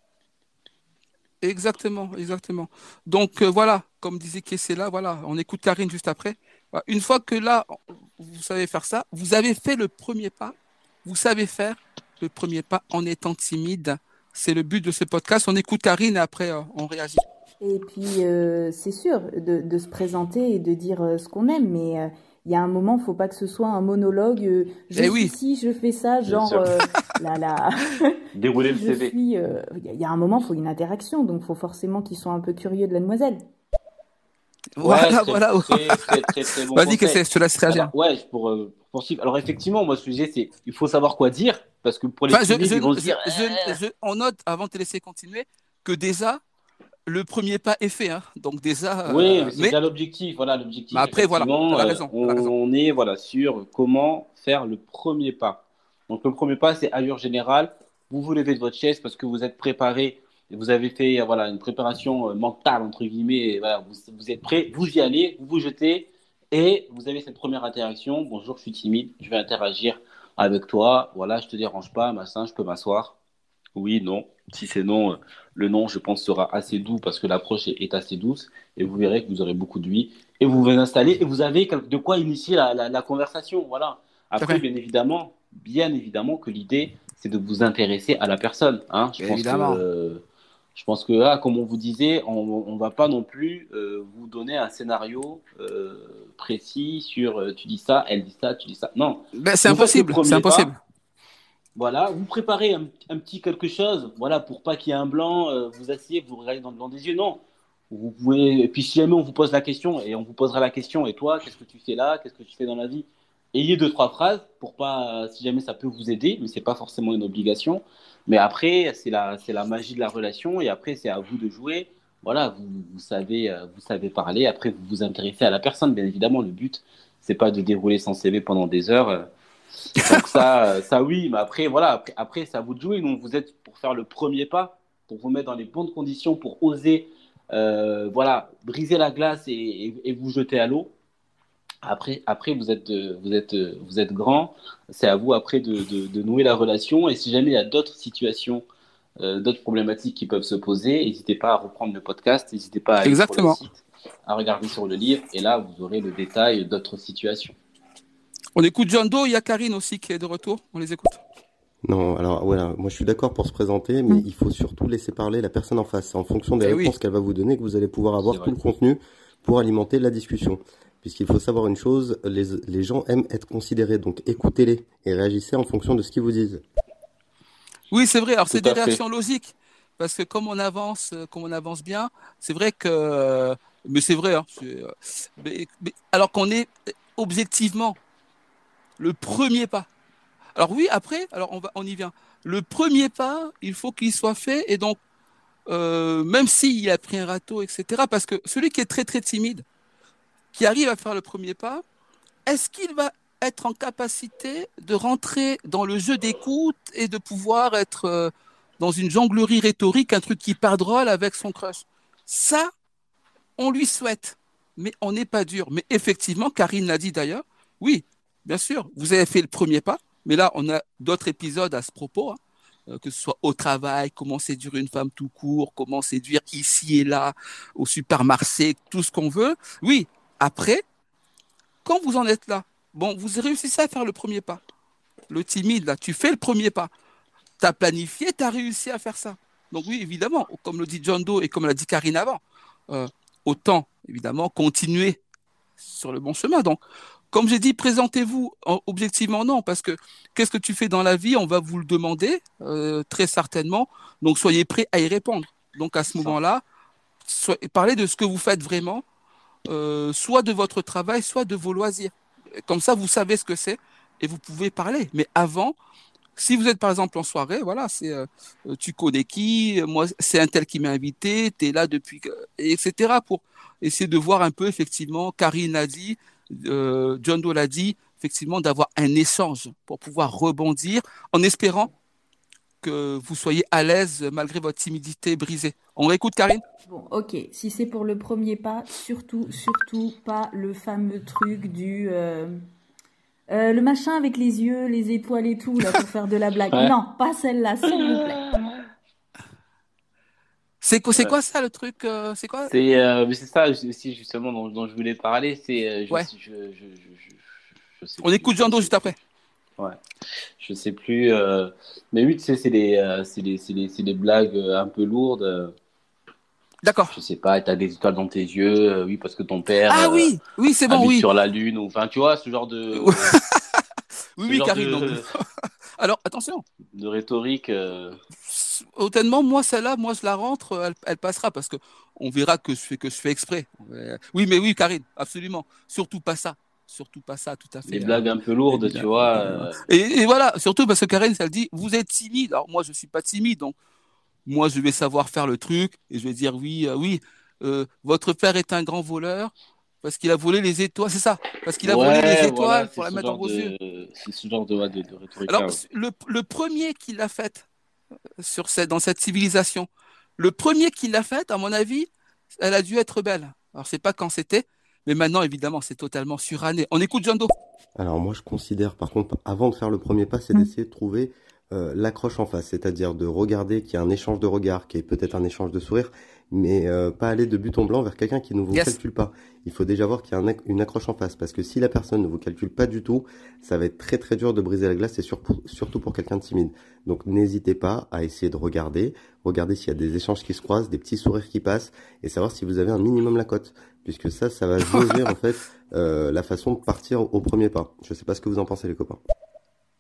S1: Exactement, exactement. Donc euh, voilà, comme disait Kessela, voilà, on écoute Karine juste après. Voilà. Une fois que là, vous savez faire ça, vous avez fait le premier pas, vous savez faire le premier pas en étant timide. C'est le but de ce podcast. On écoute Karine et après euh, on réagit.
S6: Et puis, euh, c'est sûr, de, de se présenter et de dire euh, ce qu'on aime, mais euh, il y a un moment, faut pas que ce soit un monologue. euh, je
S1: Eh
S6: suis
S1: oui.
S6: ci, je fais ça,
S2: Bien
S6: genre
S2: sûr.
S6: euh, là, là.
S2: Dérouler le
S6: je
S2: C V.
S6: suis. euh, Il y, a- il y a un moment, faut une interaction, donc faut forcément qu'ils soient un peu curieux de la demoiselle.
S1: Voilà,
S2: Ouais, très,
S1: voilà.
S2: très, très, très, très bon
S1: Vas-y,
S2: conseil.
S1: Kessela, je te laisse réagir.
S2: Alors, ouais, pour, euh, pour poursuivre. Alors effectivement, moi, ce sujet, c'est il faut savoir quoi dire parce que pour les
S1: Enfin, je,
S2: timides,
S1: je,
S2: ils vont se
S1: je,
S2: dire.
S1: je, je- on note, avant de te laisser continuer, que déjà, le premier pas est fait. Hein. Donc déjà,
S2: Oui,
S1: euh,
S2: mais c'est
S1: mais,
S2: déjà l'objectif. Voilà, l'objectif,
S1: mais après, voilà,
S2: effectivement,
S1: tu as
S2: euh,
S1: raison. t'as raison.
S2: on est voilà, sur comment faire le premier pas. Donc, le premier pas, c'est allure générale. Vous vous levez de votre chaise parce que vous êtes préparé et vous avez fait euh, voilà, une préparation euh, mentale, entre guillemets. Et voilà, vous, vous êtes prêt, vous y allez, vous vous jetez et vous avez cette première interaction. Bonjour, je suis timide, je vais interagir avec toi. Voilà, je te dérange pas, machin, je peux m'asseoir. Oui, non. Si c'est non, euh, le non, je pense, sera assez doux parce que l'approche est, est assez douce et vous verrez que vous aurez beaucoup d'huile et vous vous installez et vous avez quel- de quoi initier la, la, la conversation. Voilà.
S1: Tout à
S2: Après,
S1: fait.
S2: bien évidemment, bien évidemment que l'idée, c'est de vous intéresser à la personne. Hein. Je pense que,
S1: Évidemment.
S2: euh, je pense que là, comme on vous disait, on ne va pas non plus euh, vous donner un scénario euh, précis sur euh, tu dis ça, elle dit ça, tu dis ça. Non.
S1: Ben, c'est
S2: Vous faites le
S1: impossible. C'est
S2: premier
S1: impossible.
S2: pas. Voilà, vous préparez un, un petit quelque chose, voilà, pour pas qu'il y ait un blanc, euh, vous asseyez, vous regardez dans le blanc des yeux, non. Vous pouvez, et puis si jamais on vous pose la question, et on vous posera la question, et toi, qu'est-ce que tu fais là, qu'est-ce que tu fais dans la vie? Ayez deux, trois phrases pour pas, si jamais ça peut vous aider, mais c'est pas forcément une obligation. Mais après, c'est la, c'est la magie de la relation, et après, c'est à vous de jouer. Voilà, vous, vous savez, euh, vous savez parler, après, vous vous intéressez à la personne, bien évidemment, le but, c'est pas de dérouler son C V pendant des heures. euh, donc ça, euh, ça oui, mais après, voilà, après, après c'est à vous de jouer. Donc vous êtes pour faire le premier pas, pour vous mettre dans les bonnes conditions, pour oser, euh, voilà, briser la glace et, et, et vous jeter à l'eau. Après, après vous êtes, euh, vous êtes, euh, vous êtes grand. C'est à vous après de, de, de nouer la relation. Et si jamais il y a d'autres situations, euh, d'autres problématiques qui peuvent se poser, n'hésitez pas à reprendre le podcast, n'hésitez pas à aller sur le
S1: Exactement.
S2: site, à regarder sur le livre, et là vous aurez le détail d'autres situations.
S1: On écoute John Doe, il y a Karine aussi qui est de retour. On les écoute.
S8: Non, alors voilà, moi je suis d'accord pour se présenter, mais il faut surtout laisser parler la personne en face. C'est en fonction des
S1: Eh
S8: réponses
S1: oui.
S8: qu'elle va vous donner que vous allez pouvoir
S2: C'est
S8: avoir
S2: vrai.
S8: tout le contenu pour alimenter la discussion. Puisqu'il faut savoir une chose, les, les gens aiment être considérés, donc écoutez-les et réagissez en fonction de ce qu'ils vous disent.
S1: Oui, c'est vrai. Alors, c'est
S2: Tout
S1: des
S2: à fait.
S1: réactions logiques. Parce que comme on avance, euh, comme on avance bien, c'est vrai que, euh, mais c'est vrai, hein, c'est, euh, mais- mais- alors qu'on est euh, objectivement le premier pas. Alors oui, après, alors on va, on y vient. Le premier pas, il faut qu'il soit fait, et donc, euh, même s'il a pris un râteau, et cetera, parce que celui qui est très très timide, qui arrive à faire le premier pas, est-ce qu'il va être en capacité de rentrer dans le jeu d'écoute et de pouvoir être euh, dans une jonglerie rhétorique, un truc qui part drôle avec son crush? Ça, on lui souhaite, mais on n'est pas dur. Mais effectivement, Karine l'a dit d'ailleurs, oui, bien sûr, vous avez fait le premier pas, mais là, on a d'autres épisodes à ce propos, hein, euh, que ce soit au travail, comment séduire une femme tout court, comment séduire ici et là, au supermarché, tout ce qu'on veut. Oui, après, quand vous en êtes là, bon, vous réussissez à faire le premier pas. Le timide, là, tu fais le premier pas. Tu as planifié, tu as réussi à faire ça. Donc oui, évidemment, comme le dit John Doe et comme l'a dit Karine avant, euh, autant, évidemment, continuer sur le bon chemin. Donc, comme j'ai dit, présentez-vous en- objectivement, non, parce que qu'est-ce que tu fais dans la vie? On va vous le demander, euh, très certainement. Donc, soyez prêts à y répondre. Donc, à ce
S2: Ça.
S1: moment-là, so- parlez de ce que vous faites vraiment, euh, soit de votre travail, soit de vos loisirs. Comme ça, vous savez ce que c'est et vous pouvez parler. Mais avant, si vous êtes par exemple en soirée, voilà, c'est euh, euh, tu connais qui, moi c'est un tel qui m'a invité, tu es là depuis, que- et etc. pour essayer de voir un peu effectivement, Karine l'a dit, euh, John Doe l'a dit, effectivement d'avoir un échange pour pouvoir rebondir en espérant que vous soyez à l'aise malgré votre timidité brisée. On réécoute Karine?
S6: Bon, ok. Si c'est pour le premier pas, surtout, surtout pas le fameux truc du euh, euh, le machin avec les yeux, les étoiles et tout là pour faire de la blague.
S2: Ouais.
S6: Non, pas celle-là, s'il vous plaît.
S1: C'est quoi, c'est
S2: Ouais.
S1: quoi ça le truc euh, C'est quoi?
S2: C'est euh, mais c'est ça aussi justement dont, dont je voulais parler. C'est euh, je,
S1: Ouais.
S2: je, je, je, je, je sais
S1: On
S2: plus.
S1: écoute John Doe
S2: Je
S1: juste
S2: sais
S1: après.
S2: plus. Ouais. Je sais plus. Euh... Mais oui, tu sais, c'est les, euh, c'est les, c'est les, c'est les blagues euh, un peu lourdes. euh,
S1: D'accord.
S2: Je sais pas. T'as des étoiles dans tes yeux. euh, oui, parce que ton père
S1: Ah
S2: euh,
S1: oui, oui, c'est bon,
S2: habite
S1: oui.
S2: sur la lune. Ou enfin, tu vois, ce genre de,
S1: Oui,
S2: ce
S1: oui,
S2: genre
S1: Karine. donc-
S2: de,
S1: Alors, attention.
S2: de rhétorique. euh,
S1: Honnêtement, moi, celle-là, moi, je la rentre, elle, elle passera parce que on verra que je fais que je fais exprès. Euh, Oui, mais oui, Karine, absolument. Surtout pas ça. Surtout pas ça, tout à
S2: Des
S1: fait.
S2: blagues
S1: euh,
S2: un peu lourdes, tu
S1: évidemment.
S2: vois. euh,
S1: Et, et voilà, surtout parce que Karine, ça le dit, vous êtes timide. Alors moi, je suis pas timide, donc moi, je vais savoir faire le truc et je vais dire oui, euh, oui. euh, votre père est un grand voleur parce qu'il a volé les étoiles. C'est ça, parce qu'il a volé les
S2: Ouais,
S1: étoiles
S2: voilà, c'est
S1: pour la
S2: ce
S1: mettre dans
S2: genre
S1: vos yeux.
S2: de, c'est ce genre de, ouais, de, de rhétorique-là.
S1: Alors
S2: Ouais.
S1: le, le premier qui l'a faite sur cette, dans cette civilisation. Le premier qui l'a faite, à mon avis, elle a dû être belle. Alors, je sais pas quand c'était, mais maintenant, évidemment, c'est totalement suranné. On écoute John Doe.
S8: Alors moi je considère par contre, avant de faire le premier pas, c'est d'essayer de trouver euh, l'accroche en face, c'est-à-dire de regarder qu'il y a un échange de regards, qu'il y ait peut-être un échange de sourires, mais euh, pas aller de but en blanc vers quelqu'un qui ne vous
S1: Yes.
S8: calcule pas. Il faut déjà voir qu'il y a un ac- une accroche en face, parce que si la personne ne vous calcule pas du tout, ça va être très très dur de briser la glace, et sur- surtout pour quelqu'un de timide. Donc n'hésitez pas à essayer de regarder, regarder s'il y a des échanges qui se croisent, des petits sourires qui passent, et savoir si vous avez un minimum la cote, puisque ça, ça va jauger en fait euh, la façon de partir au premier pas. Je sais pas ce que vous en pensez les copains.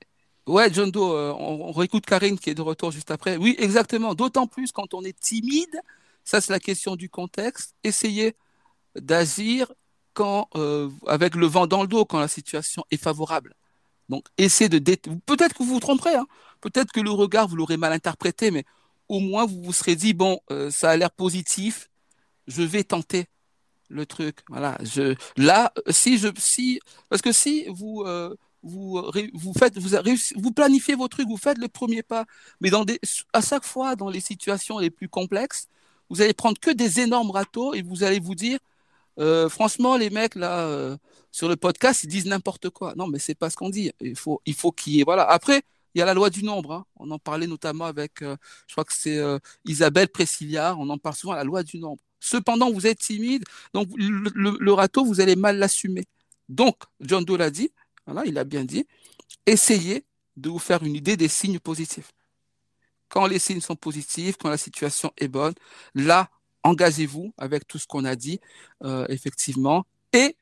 S1: Ouais, John Doe, euh, on, on réécoute Karine qui est de retour juste après. Oui, exactement. D'autant plus quand on est timide, ça c'est la question du contexte. Essayez d'agir quand euh, avec le vent dans le dos, quand la situation est favorable. Donc, essayez de dé... peut-être que vous vous tromperez, hein. Peut-être que le regard vous l'aurez mal interprété, mais au moins vous vous serez dit bon, euh, ça a l'air positif, je vais tenter le truc. Voilà. Je là, si je si parce que si vous euh, vous ré- vous faites vous, réussi- vous planifiez vos trucs, vous faites le premier pas, mais dans des à chaque fois dans les situations les plus complexes, vous allez prendre que des énormes râteaux et vous allez vous dire euh, franchement les mecs là euh, sur le podcast ils disent n'importe quoi. Non mais c'est pas ce qu'on dit. Il faut il faut qu'il y ait voilà. Après il y a la loi du nombre, hein. On en parlait notamment avec, euh, je crois que c'est euh, Isabelle Pressiliard, on en parle souvent, la loi du nombre. Cependant, vous êtes timide, donc le, le- le râteau, vous allez mal l'assumer. Donc, John Doe l'a dit, voilà, il a bien dit, essayez de vous faire une idée des signes positifs. Quand les signes sont positifs, quand la situation est bonne, là, engagez-vous avec tout ce qu'on a dit, euh, effectivement, et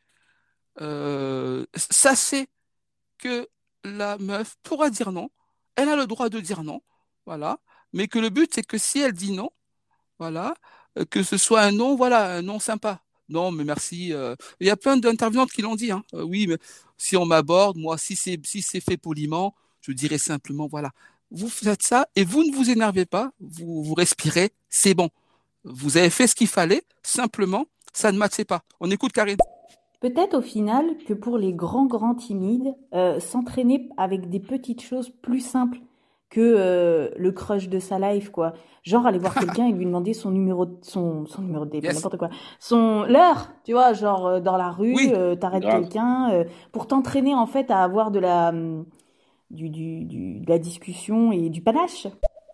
S1: euh, sachez que la meuf pourra dire non, elle a le droit de dire non, voilà, mais que le but, c'est que si elle dit non, voilà, euh, que ce soit un non, voilà, un non sympa. Non, mais merci. euh. Il y a plein d'intervenantes qui l'ont dit, hein. Euh, oui, mais si on m'aborde, moi, si c'est si c'est fait poliment, je dirais simplement, voilà, vous faites ça et vous ne vous énervez pas, vous, vous respirez, c'est bon. Vous avez fait ce qu'il fallait, simplement, ça ne matchait pas. On écoute Karine.
S6: Peut-être au final que pour les grands grands timides, euh, s'entraîner avec des petites choses plus simples que euh, le crush de sa life, quoi. Genre aller voir quelqu'un et lui demander son numéro, de- son son numéro de téléphone,
S1: Yes.
S6: n'importe quoi, son l'heure, tu vois, genre euh, dans la rue,
S1: Oui,
S6: euh, t'arrêtes
S2: Grave.
S6: quelqu'un euh, pour t'entraîner en fait à avoir de la hum, du, du, du de la discussion et du panache.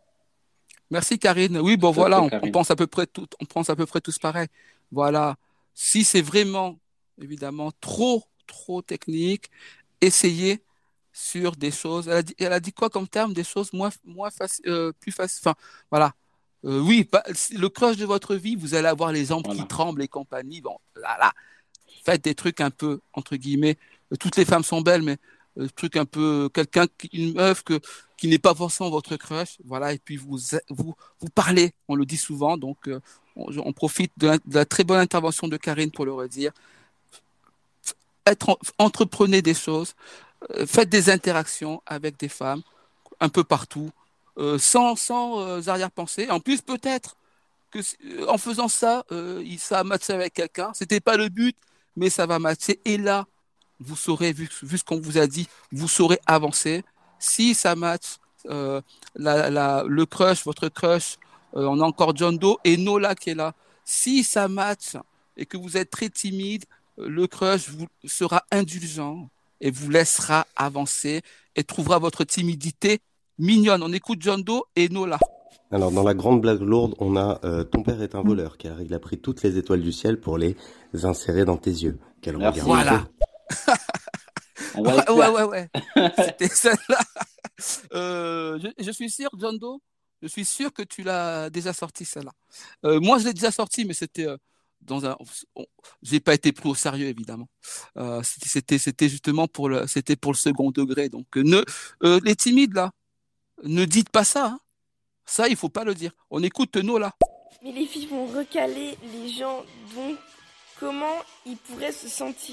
S1: merci Karine. Oui, bon
S2: Tout à
S1: voilà,
S2: fait,
S1: on, on
S2: Karine.
S1: pense à peu près tout, on pense à peu près tous pareil. Voilà. Si c'est vraiment, évidemment, trop, trop technique, essayez sur des choses. Elle a dit, elle a dit quoi comme terme? Des choses moins, moins faci- euh, plus faciles. Enfin, voilà. Euh, oui, pas- le crush de votre vie, vous allez avoir les jambes qui
S2: Voilà.
S1: tremblent et compagnie. Bon, là, là, faites des trucs un peu, entre guillemets, euh, toutes les femmes sont belles, mais euh, truc un peu, quelqu'un, qui- une meuf que, qui n'est pas forcément votre crush, voilà, et puis vous, vous, vous parlez, on le dit souvent, donc euh, on, on profite de la, de la très bonne intervention de Karine pour le redire. Être, en- entreprenez des choses, euh, faites des interactions avec des femmes, un peu partout, euh, sans, sans euh, arrière-pensée. En plus, peut-être que euh, en faisant ça, euh, il- ça a matché avec quelqu'un. C'était pas le but, mais ça va matcher. Et là, vous saurez, vu, vu ce qu'on vous a dit, vous saurez avancer. Si ça match, euh, la, la, le crush, votre crush, euh, on a encore John Doe et Nola qui est là. Si ça match et que vous êtes très timide, euh, le crush vous sera indulgent et vous laissera avancer et trouvera votre timidité mignonne. On écoute John Doe et Nola.
S8: Alors, dans la grande blague lourde, on a euh, ton père est un voleur, car il a pris toutes les étoiles du ciel pour les insérer dans tes yeux. Quel
S2: Merci.
S8: regard
S1: Voilà.
S8: heureux.
S2: On va
S1: Ouais,
S2: le
S1: ouais,
S2: faire.
S1: ouais, ouais. C'était celle-là. Euh, je, je suis sûr, John Doe, je suis sûr que tu l'as déjà sorti, celle-là. Euh, moi, je l'ai déjà sorti, mais c'était euh, dans un. on- J'ai pas été pris au sérieux, évidemment. Euh, c'était, c'était c'était justement pour le, c'était pour le second degré. Donc, euh, ne, euh, les timides là, ne dites pas ça, hein. Ça, il faut pas le dire. On écoute Nola.
S9: Mais les filles vont recaler les gens, donc comment ils pourraient se sentir?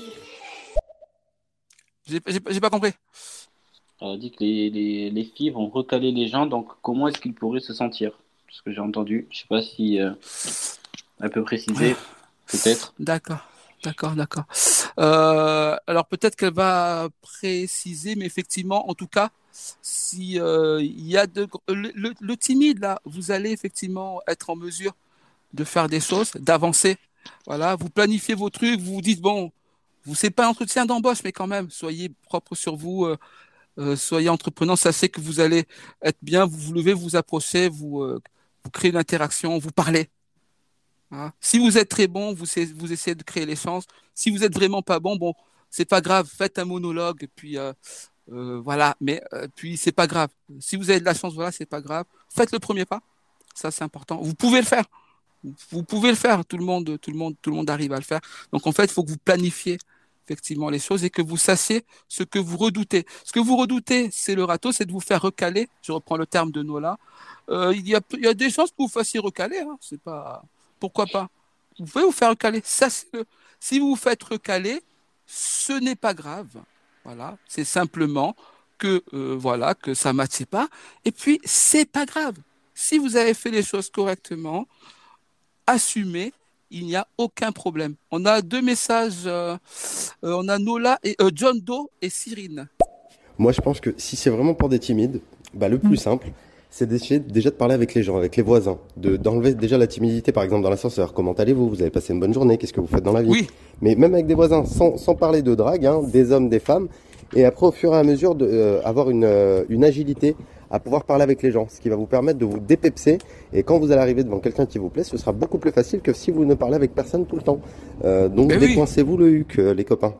S1: J'ai, j'ai, j'ai pas compris.
S2: Elle a dit que les, les, les filles vont recaler les gens, donc comment est-ce qu'ils pourraient se sentir? Ce que j'ai entendu. Je sais pas si euh, elle peut préciser, peut-être.
S1: D'accord, d'accord, d'accord. Euh, alors peut-être qu'elle va préciser, mais effectivement, en tout cas, si euh, il y a de le, le- le timide là, vous allez effectivement être en mesure de faire des choses, d'avancer. Voilà, vous planifiez vos trucs, vous vous dites bon, vous c'est pas un entretien d'embauche, mais quand même, soyez propre sur vous, euh, euh, soyez entreprenant, sachez que vous allez être bien, vous vous levez, vous approchez, vous euh, vous créez une interaction, vous parlez. Hein. Si vous êtes très bon, vous, essayez- vous essayez de créer les chances. Si vous êtes vraiment pas bon, bon, c'est pas grave, faites un monologue, puis euh, euh, voilà. Mais euh, puis c'est pas grave. Si vous avez de la chance, voilà, c'est pas grave. Faites le premier pas. Ça, c'est important. Vous pouvez le faire. Vous, vous pouvez le faire. Tout le monde, tout le monde, tout le monde arrive à le faire. Donc en fait, il faut que vous planifiez effectivement les choses et que vous sachiez ce que vous redoutez. Ce que vous redoutez, c'est le râteau, c'est de vous faire recaler. Je reprends le terme de Nola. Euh, il y a, il y a des chances que vous vous fassiez recaler. Hein. C'est pas, pourquoi pas? Vous pouvez vous faire recaler. Sachez-le. Si vous vous faites recaler, ce n'est pas grave. Voilà, c'est simplement que euh, voilà que ça ne matche pas. Et puis c'est pas grave. Si vous avez fait les choses correctement, assumez. Il n'y a aucun problème. On a deux messages. Euh, euh, on a Nola et euh, John Doe et Cyrine.
S8: Moi, je pense que si c'est vraiment pour des timides, bah, le plus simple, c'est d'essayer déjà de parler avec les gens, avec les voisins, de, d'enlever déjà la timidité, par exemple, dans l'ascenseur. Comment allez-vous? Vous avez passé une bonne journée? Qu'est-ce que vous faites dans la vie?
S1: Oui.
S8: Mais même avec des voisins, sans, sans parler de drague, hein, des hommes, des femmes, et après, au fur et à mesure, de, euh, avoir une, euh, une agilité à pouvoir parler avec les gens, ce qui va vous permettre de vous dépepser. Et quand vous allez arriver devant quelqu'un qui vous plaît, ce sera beaucoup plus facile que si vous ne parlez avec personne tout le temps. Euh, donc,
S1: Ben oui.
S8: décoincez-vous le huc, euh, les copains.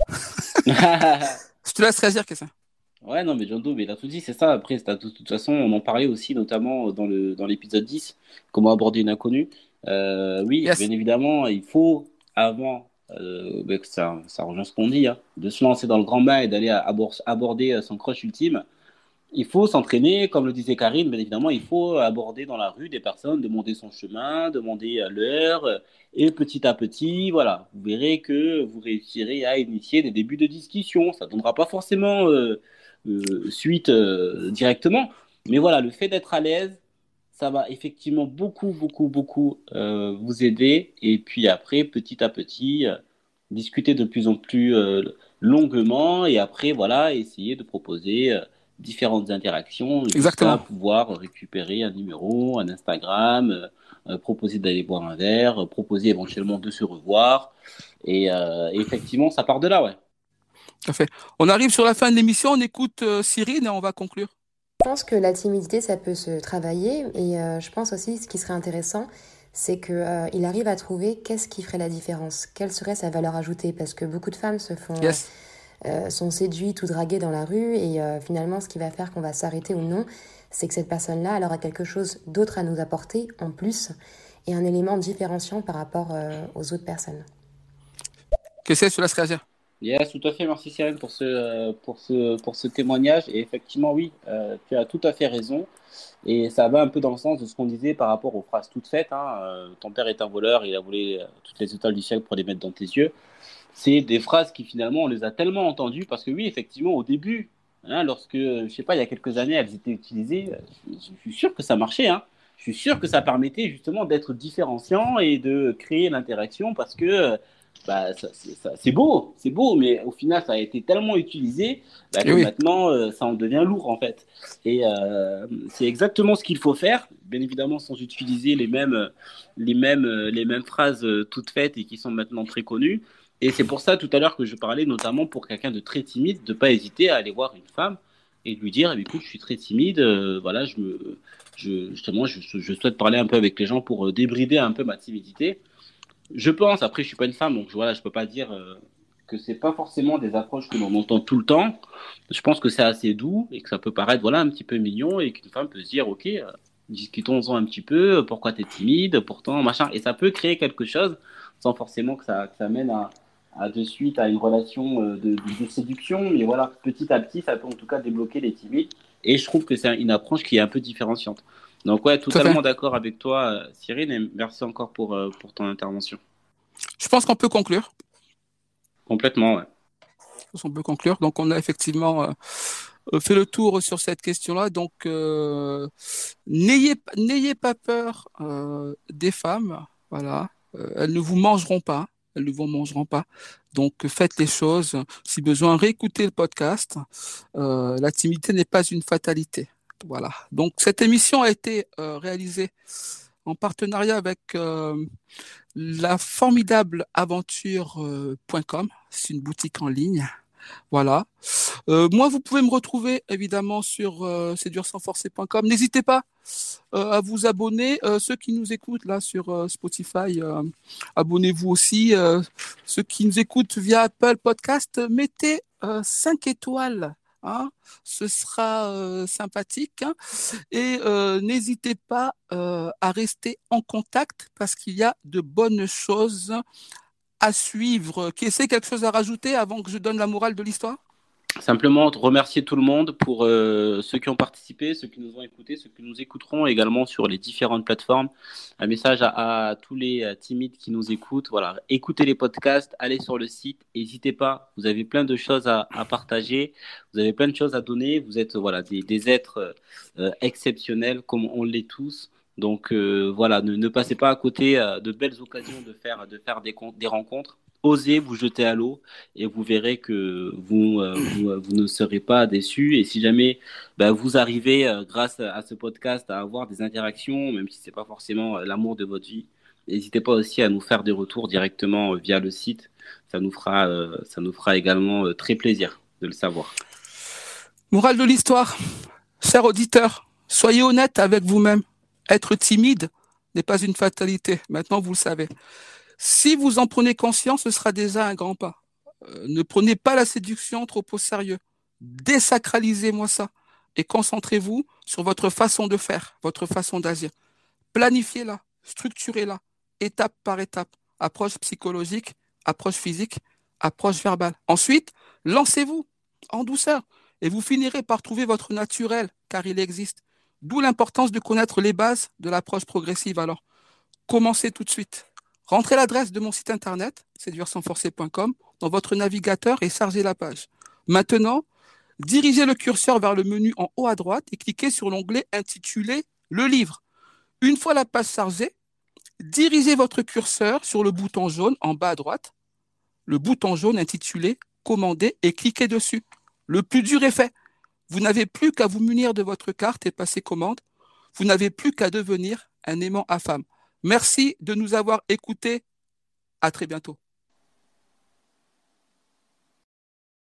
S1: Je te laisse réagir, qu'est-ce que ça?
S2: Ouais, non, mais John Doe, mais il a tout dit, c'est ça. Après, c'est à- de toute façon, on en parlait aussi, notamment dans le, dans l'épisode dix, comment aborder une inconnue. Euh, oui,
S1: Yes.
S2: bien évidemment, il faut, avant, euh, ben, que ça, ça rejoint ce qu'on dit, hein, de se lancer dans le grand bain et d'aller à- abor- aborder euh, son crush ultime. Il faut s'entraîner, comme le disait Karine, bien évidemment, il faut aborder dans la rue des personnes, demander son chemin, demander euh, l'heure, euh, et petit à petit, voilà, vous verrez que vous réussirez à initier des débuts de discussion. Ça ne donnera pas forcément euh, euh, suite euh, directement, mais voilà, le fait d'être à l'aise, ça va effectivement beaucoup, beaucoup, beaucoup euh, vous aider. Et puis après, petit à petit, euh, discuter de plus en plus euh, longuement, et après, voilà, essayer de proposer euh, différentes interactions jusqu'à
S1: Exactement.
S2: pouvoir récupérer un numéro, un Instagram, euh, euh, proposer d'aller boire un verre, euh, proposer éventuellement de se revoir. Et, euh, et effectivement, ça part de là, ouais.
S1: Tout à fait. On arrive sur la fin de l'émission, on écoute euh, Cyrine et on va conclure.
S10: Je pense que la timidité, ça peut se travailler. Et euh, je pense aussi, ce qui serait intéressant, c'est qu'il euh, arrive à trouver qu'est-ce qui ferait la différence, quelle serait sa valeur ajoutée. Parce que beaucoup de femmes se font,
S1: Yes.
S10: euh, sont séduites ou draguées dans la rue. Et euh, finalement, ce qui va faire qu'on va s'arrêter ou non, c'est que cette personne-là, elle aura quelque chose d'autre à nous apporter en plus et un élément différenciant par rapport euh, aux autres personnes.
S1: Que c'est, je te laisse réagir.
S2: Yes, tout à fait. Merci Cyril pour ce, euh, pour ce, pour ce témoignage. Et effectivement, oui, euh, tu as tout à fait raison. Et ça va un peu dans le sens de ce qu'on disait par rapport aux phrases toutes faites. Hein. Euh, ton père est un voleur, il a volé euh, toutes les étoiles du ciel pour les mettre dans tes yeux. C'est des phrases qui finalement, on les a tellement entendues parce que oui, effectivement, au début, hein, lorsque, je sais pas, il y a quelques années, elles étaient utilisées, euh, je, je suis sûr que ça marchait. Hein. Je suis sûr que ça permettait justement d'être différenciant et de créer l'interaction parce que euh, bah, ça, c'est, ça, c'est beau, c'est beau, mais au final, ça a été tellement utilisé bah, que
S1: Eh oui.
S2: maintenant, euh, ça en devient lourd en fait. Et euh, c'est exactement ce qu'il faut faire, bien évidemment, sans utiliser les mêmes, les mêmes, les mêmes phrases euh, toutes faites et qui sont maintenant très connues. Et c'est pour ça tout à l'heure que je parlais, notamment pour quelqu'un de très timide, de ne pas hésiter à aller voir une femme et de lui dire, eh bien, écoute, je suis très timide, euh, voilà, je me, je, justement, je, je souhaite parler un peu avec les gens pour euh, débrider un peu ma timidité. Je pense, après, je suis pas une femme, donc voilà, je peux pas dire euh, que c'est pas forcément des approches que l'on entend tout le temps. Je pense que c'est assez doux et que ça peut paraître, voilà, un petit peu mignon et qu'une femme peut se dire, ok, euh, discutons-en un petit peu, pourquoi tu es timide, pourtant, machin. Et ça peut créer quelque chose sans forcément que ça, que ça mène à, à de suite à une relation euh, de, de, de séduction. Mais voilà, petit à petit, ça peut en tout cas débloquer les timides. Et je trouve que c'est une approche qui est un peu différenciante. Donc ouais, totalement d'accord avec toi, Cyril, et merci encore pour, euh, pour ton intervention.
S1: Je pense qu'on peut conclure.
S2: Complètement, ouais.
S1: Je pense qu'on peut conclure. Donc on a effectivement euh, fait le tour sur cette question-là. Donc euh, n'ayez n'ayez pas peur euh, des femmes. Voilà, euh, elles ne vous mangeront pas. Elles ne vous mangeront pas. Donc faites les choses. Si besoin, réécoutez le podcast. Euh, la timidité n'est pas une fatalité. Voilà. Donc cette émission a été euh, réalisée en partenariat avec euh, la formidable aventure point com. C'est une boutique en ligne. Voilà. Euh, moi, vous pouvez me retrouver évidemment sur euh, séduire sans forcer point com. N'hésitez pas euh, à vous abonner. Euh, ceux qui nous écoutent là sur euh, Spotify, euh, abonnez-vous aussi. Euh, ceux qui nous écoutent via Apple Podcast, mettez euh, cinq étoiles. Hein, ce sera euh, sympathique, hein, et euh, n'hésitez pas euh, à rester en contact parce qu'il y a de bonnes choses à suivre. Qui essaie quelque chose à rajouter avant que je donne la morale de l'histoire?
S2: Simplement remercier tout le monde pour euh, ceux qui ont participé, ceux qui nous ont écoutés, ceux qui nous écouteront également sur les différentes plateformes. Un message à, à tous les euh, timides qui nous écoutent. Voilà, écoutez les podcasts, allez sur le site, n'hésitez pas. Vous avez plein de choses à, à partager, vous avez plein de choses à donner. Vous êtes voilà des, des êtres euh, exceptionnels comme on l'est tous. Donc euh, voilà, ne, ne passez pas à côté euh, de belles occasions de faire de faire des, des rencontres. Osez vous jeter à l'eau et vous verrez que vous, euh, vous, euh, vous ne serez pas déçus. Et si jamais bah, vous arrivez, euh, grâce à ce podcast, à avoir des interactions, même si c'est pas forcément euh, l'amour de votre vie, n'hésitez pas aussi à nous faire des retours directement euh, via le site. Ça nous fera, euh, ça nous fera également euh, très plaisir de le savoir.
S1: Morale de l'histoire, chers auditeurs, soyez honnêtes avec vous-même. Être timide n'est pas une fatalité. Maintenant, vous le savez. Si vous en prenez conscience, ce sera déjà un grand pas. Euh, ne prenez pas la séduction trop au sérieux. Désacralisez-moi ça et concentrez-vous sur votre façon de faire, votre façon d'agir. Planifiez-la, structurez-la, étape par étape. Approche psychologique, approche physique, approche verbale. Ensuite, lancez-vous en douceur et vous finirez par trouver votre naturel, car il existe. D'où l'importance de connaître les bases de l'approche progressive. Alors, commencez tout de suite. Rentrez l'adresse de mon site internet, séduire sans forcer point com, dans votre navigateur et chargez la page. Maintenant, dirigez le curseur vers le menu en haut à droite et cliquez sur l'onglet intitulé « Le livre ». Une fois la page chargée, dirigez votre curseur sur le bouton jaune en bas à droite, le bouton jaune intitulé « Commander » et cliquez dessus. Le plus dur est fait. Vous n'avez plus qu'à vous munir de votre carte et passer commande. Vous n'avez plus qu'à devenir un aimant à femme. Merci de nous avoir écoutés. À très bientôt.